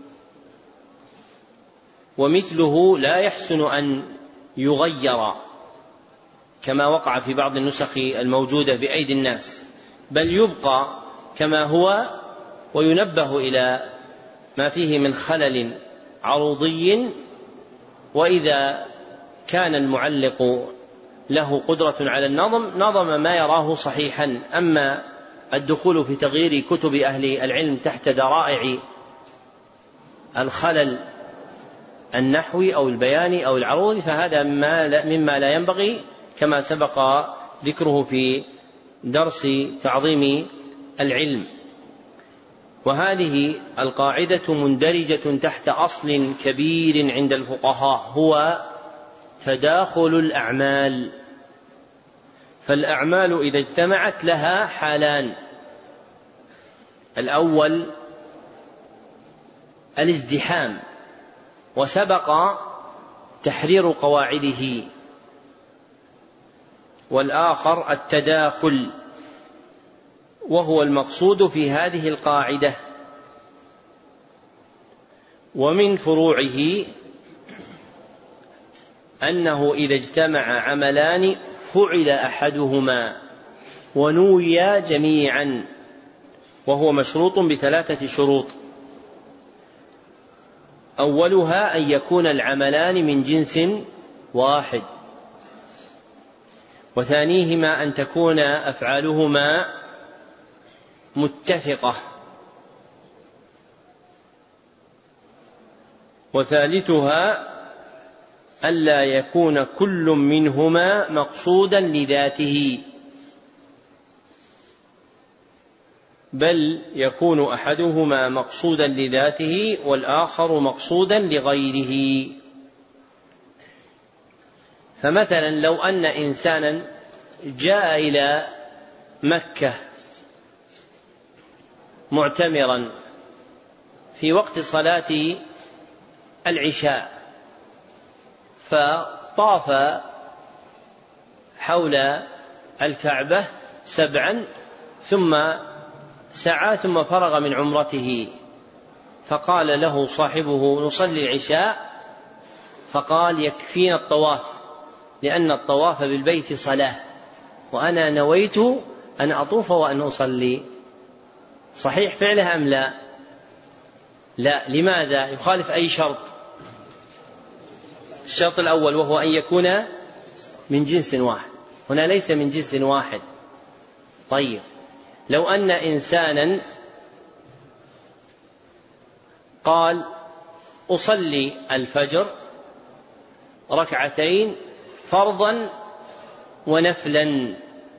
ومثله لا يحسن أن يغير كما وقع في بعض النسخ الموجودة بأيدي الناس، بل يبقى كما هو وينبه إلى ما فيه من خلل عروضي. وإذا كان المعلق له قدرة على النظم نظم ما يراه صحيحا. أما الدخول في تغيير كتب أهل العلم تحت ذرائع الخلل النحوي أو البياني أو العروض فهذا مما لا ينبغي، كما سبق ذكره في درس تعظيم العلم. وهذه القاعدة مندرجة تحت أصل كبير عند الفقهاء، هو تداخل الأعمال. فالأعمال إذا اجتمعت لها حالان: الأول الازدحام، وسبق تحرير قواعده، والآخر التداخل، وهو المقصود في هذه القاعدة. ومن فروعه أنه إذا اجتمع عملان فعل أحدهما ونويا جميعا، وهو مشروط بثلاثة شروط: أولها أن يكون العملان من جنس واحد، وثانيهما أن تكون أفعالهما متفقة، وثالثها ألا يكون كل منهما مقصودا لذاته، بل يكون أحدهما مقصودا لذاته والآخر مقصودا لغيره. فمثلا لو أن إنسانا جاء إلى مكة معتمرا في وقت صلاة العشاء فطاف حول الكعبة سبعا ثم سعى ثم فرغ من عمرته، فقال له صاحبه نصلي العشاء، فقال يكفينا الطواف لأن الطواف بالبيت صلاة وأنا نويت أن أطوف وأن أصلي. صحيح فعلها أم لا؟ لا. لماذا؟ يخالف أي شرط؟ الشرط الأول وهو أن يكون من جنس واحد، هنا ليس من جنس واحد. طيب لو أن إنسانا قال أصلي الفجر ركعتين فرضا ونفلا،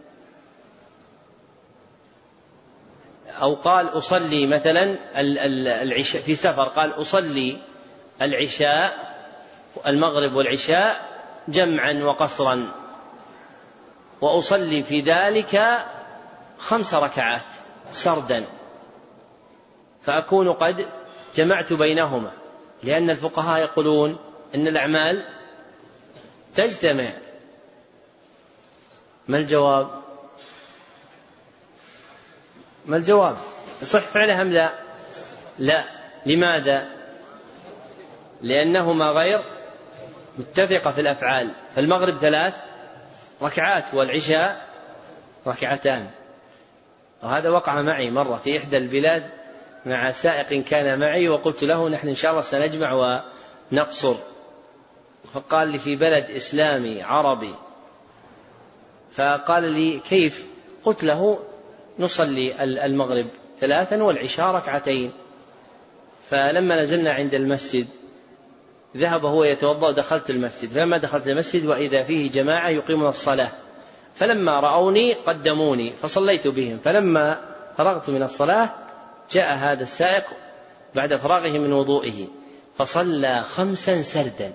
أو قال أصلي مثلا العشاء في سفر، قال أصلي العشاء المغرب والعشاء جمعا وقصرا وأصلي في ذلك خمس ركعات سردا، فأكون قد جمعت بينهما، لأن الفقهاء يقولون إن الأعمال تجتمع. ما الجواب؟ ما الجواب؟ يصح فعلها أم لا؟ لا. لماذا؟ لأنهما غير متفقة في الأفعال، فالمغرب ثلاث ركعات والعشاء ركعتان. وهذا وقع معي مرة في إحدى البلاد مع سائق كان معي، وقلت له نحن إن شاء الله سنجمع ونقصر، فقال لي في بلد إسلامي عربي، فقال لي كيف؟ قلت له نصلي المغرب ثلاثا والعشاء ركعتين. فلما نزلنا عند المسجد ذهب هو يتوضأ ودخلت المسجد، فلما دخلت المسجد وإذا فيه جماعة يقيمون الصلاة، فلما رأوني قدموني فصليت بهم، فلما فرغت من الصلاة جاء هذا السائق بعد فراغه من وضوئه فصلى خمسا سردا،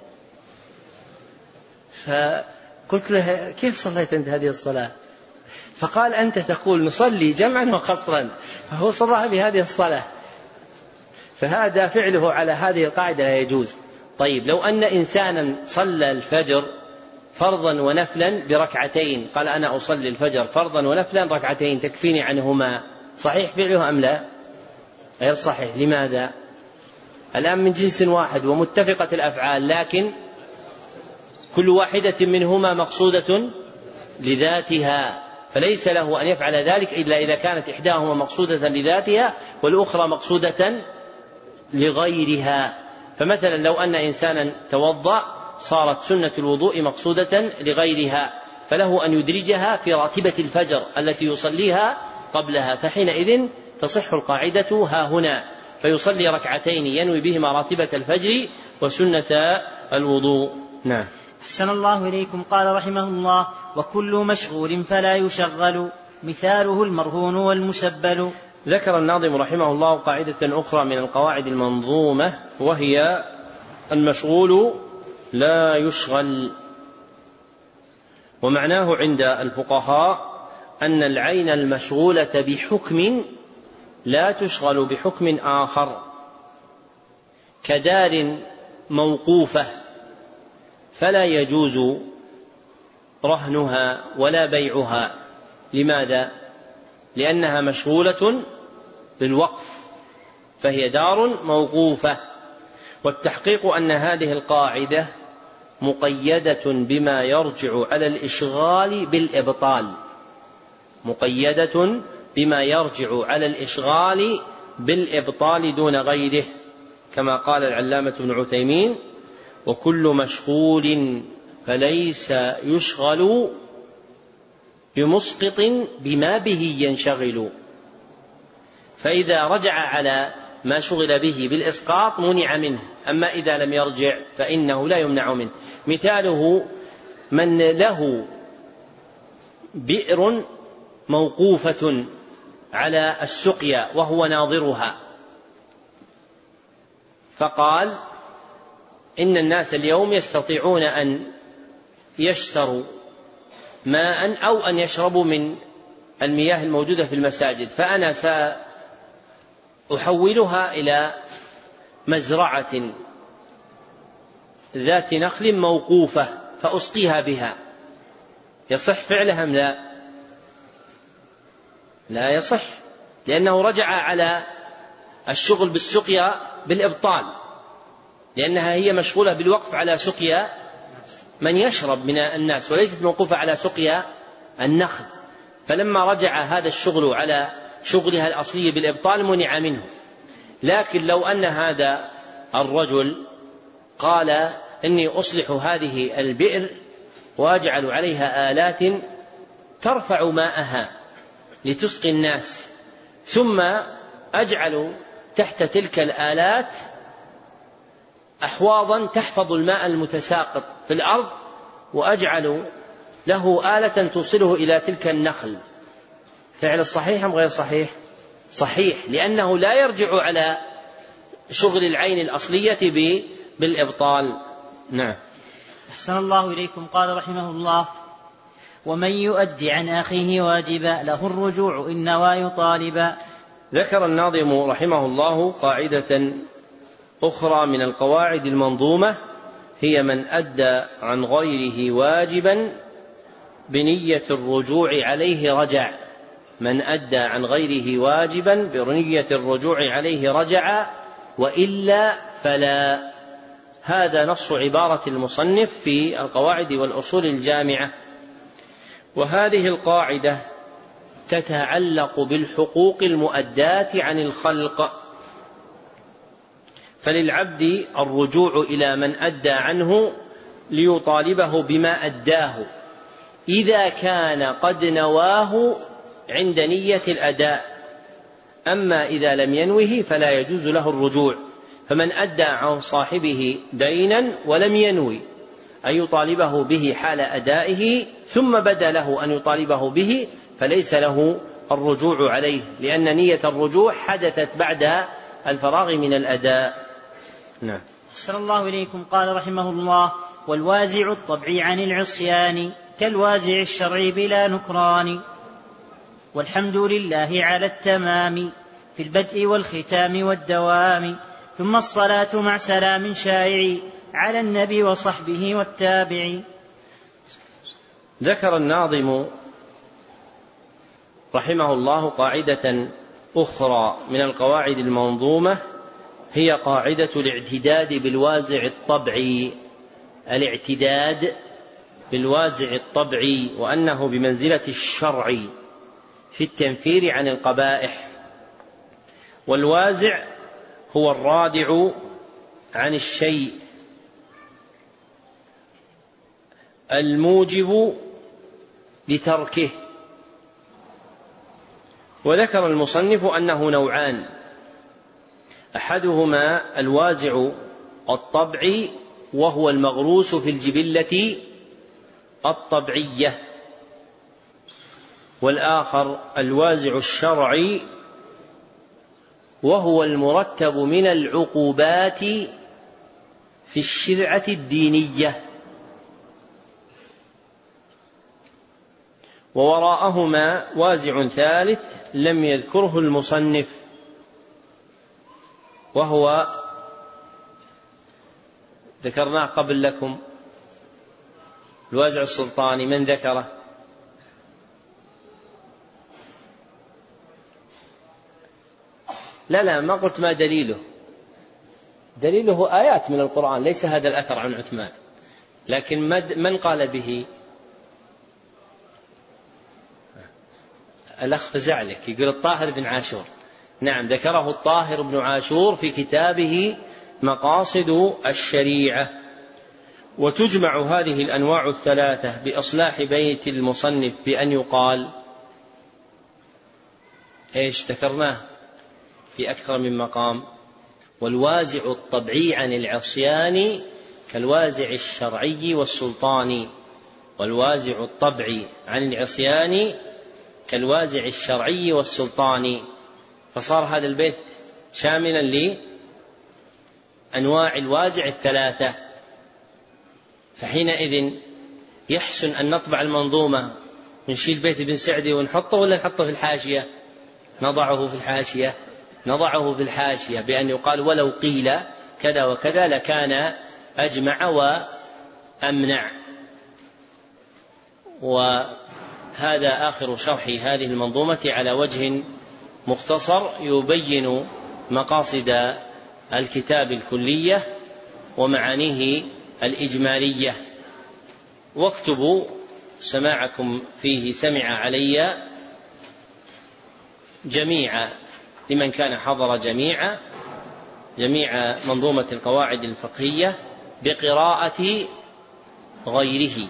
فقلت له كيف صليت أنت هذه الصلاة؟ فقال أنت تقول نصلي جمعا وقصرا، فهو صلى بهذه الصلاة، فهذا فعله على هذه القاعدة لا يجوز. طيب لو أن إنسانا صلى الفجر فرضا ونفلا بركعتين، قال أنا أصلي الفجر فرضا ونفلا ركعتين تكفيني عنهما، صحيح فعله أم لا؟ غير صحيح. لماذا؟ الآن من جنس واحد ومتفقة الأفعال، لكن كل واحدة منهما مقصودة لذاتها، فليس له أن يفعل ذلك إلا إذا كانت إحداهما مقصودة لذاتها والأخرى مقصودة لغيرها. فمثلا لو أن إنسانا توضأ صارت سنة الوضوء مقصودة لغيرها، فله أن يدرجها في راتبة الفجر التي يصليها قبلها، فحينئذ تصح القاعدة ها هنا، فيصلي ركعتين ينوي بهما راتبة الفجر وسنة الوضوء. نعم. أحسن الله إليكم. قال رحمه الله: وكل مشغول فلا يشغل، مثاله المرهون والمسبل. ذكر الناظم رحمه الله قاعدة أخرى من القواعد المنظومة، وهي المشغول لا يشغل. ومعناه عند الفقهاء أن العين المشغولة بحكم لا تشغل بحكم آخر، كدار موقوفة فلا يجوز رهنها ولا بيعها. لماذا؟ لأنها مشغولة بالوقف، فهي دار موقوفة. والتحقيق أن هذه القاعدة مقيدة بما يرجع على الإشغال بالإبطال، مقيدة بما يرجع على الإشغال بالإبطال دون غيره، كما قال العلامة ابن عثيمين: وكل مشغول فليس يشغل بمسقط بما به ينشغل. فإذا رجع على ما شغل به بالإسقاط منع منه، أما إذا لم يرجع فإنه لا يمنع منه. مثاله من له بئر موقوفة على السقيا وهو ناظرها، فقال إن الناس اليوم يستطيعون أن يشتروا ماء أو أن يشربوا من المياه الموجودة في المساجد، فأنا سأحولها إلى مزرعة ذات نخل موقوفة فأسقيها بها، يصح فعلها أم لا؟ لا يصح، لأنه رجع على الشغل بالسقيا بالإبطال، لأنها هي مشغولة بالوقف على سقيا من يشرب من الناس وليست موقوفة على سقيا النخل، فلما رجع هذا الشغل على شغلها الأصلي بالإبطال منع منه. لكن لو أن هذا الرجل قال إني أصلح هذه البئر وأجعل عليها آلات ترفع ماءها لتسقي الناس، ثم أجعل تحت تلك الآلات أحواضا تحفظ الماء المتساقط في الأرض، وأجعل له آلة توصله إلى تلك النخل، فعل صحيح أم غير صحيح؟ صحيح، لأنه لا يرجع على شغل العين الأصلية بالإبطال. نعم. أحسن الله إليكم. قال رحمه الله: ومن يؤدي عن أخيه واجبا له الرجوع إن نوى يطالبا. ذكر الناظم رحمه الله قاعدة أخرى من القواعد المنظومة، هي من أدى عن غيره واجبا بنية الرجوع عليه رجع. من أدى عن غيره واجبا بنية الرجوع عليه رجع، وإلا فلا. هذا نص عبارة المصنف في القواعد والأصول الجامعة. وهذه القاعدة تتعلق بالحقوق المؤداة عن الخلق، فللعبد الرجوع إلى من أدى عنه ليطالبه بما أداه إذا كان قد نواه عند نية الأداء، أما إذا لم ينوه فلا يجوز له الرجوع. فمن أدى عن صاحبه دينا ولم ينوي أن يطالبه به حال أدائه ثم بدا له أن يطالبه به فليس له الرجوع عليه، لأن نية الرجوع حدثت بعد الفراغ من الأداء. نعم. أحسن الله إليكم. قال رحمه الله: والوازع الطبعي عن العصيان كالوازع الشرعي بلا نكران، والحمد لله على التمام في البدء والختام والدوام، ثم الصلاة مع سلام شائع على النبي وصحبه والتابع. ذكر الناظم رحمه الله قاعدة أخرى من القواعد المنظومة، هي قاعدة الاعتداد بالوازع الطبعي. الاعتداد بالوازع الطبعي، وأنه بمنزلة الشرع في التنفير عن القبائح. والوازع هو الرادع عن الشيء الموجب لتركه. وذكر المصنف أنه نوعان: أحدهما الوازع الطبعي وهو المغروس في الجبلة الطبيعية، والآخر الوازع الشرعي وهو المرتب من العقوبات في الشرعة الدينية. ووراءهما وازع ثالث لم يذكره المصنف، وهو ذكرناه قبل لكم، الوازع السلطاني. من ذكره؟ لا لا ما قلت ما دليله، دليله آيات من القرآن، ليس هذا الأثر عن عثمان، لكن من قال به؟ الأخ فزعلك، يقول الطاهر بن عاشور. نعم، ذكره الطاهر بن عاشور في كتابه مقاصد الشريعة. وتجمع هذه الأنواع الثلاثة بإصلاح بيت المصنف بأن يقال إيش ذكرناه في أكثر من مقام: والوازع الطبعي عن العصيان كالوازع الشرعي والسلطاني. والوازع الطبعي عن العصيان كالوازع الشرعي والسلطاني. فصار هذا البيت شاملا لأنواع الوازع الثلاثة. فحينئذ يحسن أن نطبع المنظومة ونشيل بيت ابن سعدي ونحطه، ولا نحطه في الحاشية؟ نضعه في الحاشية، نضعه في الحاشية بأن يقال: ولو قيل كذا وكذا لكان أجمع وأمنع. وهذا آخر شرح هذه المنظومة على وجه مختصر يبين مقاصد الكتاب الكلية ومعانيه الإجمالية. واكتبوا سماعكم فيه سمع علي جميعا لمن كان حضر جميعا جميع منظومة القواعد الفقهية بقراءة غيره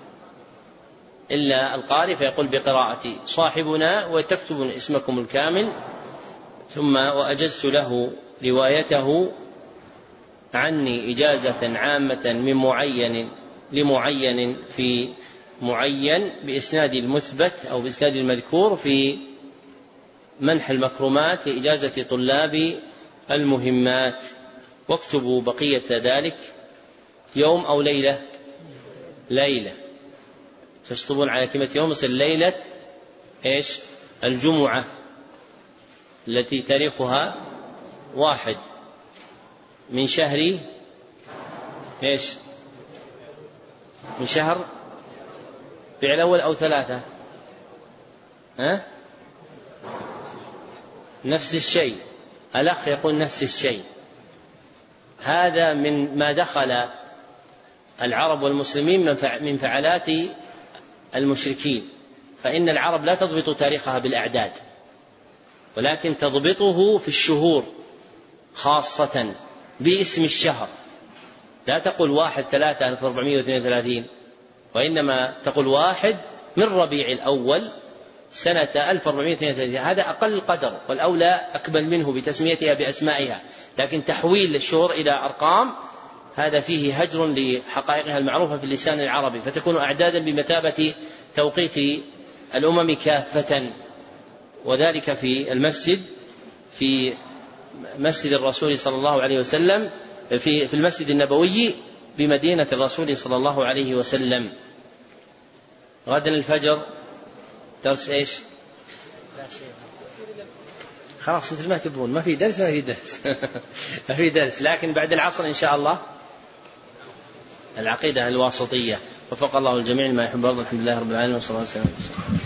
إلا القارئ فيقول بقراءة صاحبنا، وتكتب اسمكم الكامل. ثم وأجزت له روايته عني إجازة عامة من معين لمعين في معين بإسناد المثبت أو بإسناد المذكور في منح المكرمات لإجازة طلاب المهمات. واكتبوا بقية ذلك يوم أو ليلة ليلة تشطبون على كلمة يوم يصير ليلة إيش الجمعة التي تاريخها واحد من شهر إيش من شهر ربيع الأول أو ثلاثة ها؟ نفس الشيء. الأخ يقول نفس الشيء. هذا من ما دخل العرب والمسلمين من فعلات المشركين، فإن العرب لا تضبط تاريخها بالأعداد ولكن تضبطه في الشهور خاصة باسم الشهر. لا تقول واحد ثلاثة ألف وأربعمائة واثنين وثلاثين وإنما تقول واحد من ربيع الأول سنة ألف وأربعمائة واثنين وثلاثين. هذا أقل قدر والأولى أكمل منه بتسميتها بأسمائها، لكن تحويل الشهور إلى أرقام هذا فيه هجر لحقائقها المعروفة في اللسان العربي، فتكون أعدادا بمثابة توقيت الأمم كافة. وذلك في المسجد في مسجد الرسول صلى الله عليه وسلم في في المسجد النبوي بمدينة الرسول صلى الله عليه وسلم. غدا الفجر درس إيش؟ خلاص مثل ما تبون، ما في درس ما في درس ما في درس، لكن بعد العصر إن شاء الله العقيدة الواسطية. وفق الله الجميع ما يحب ويرضى. الحمد لله رب العالمين والصلاة والسلام.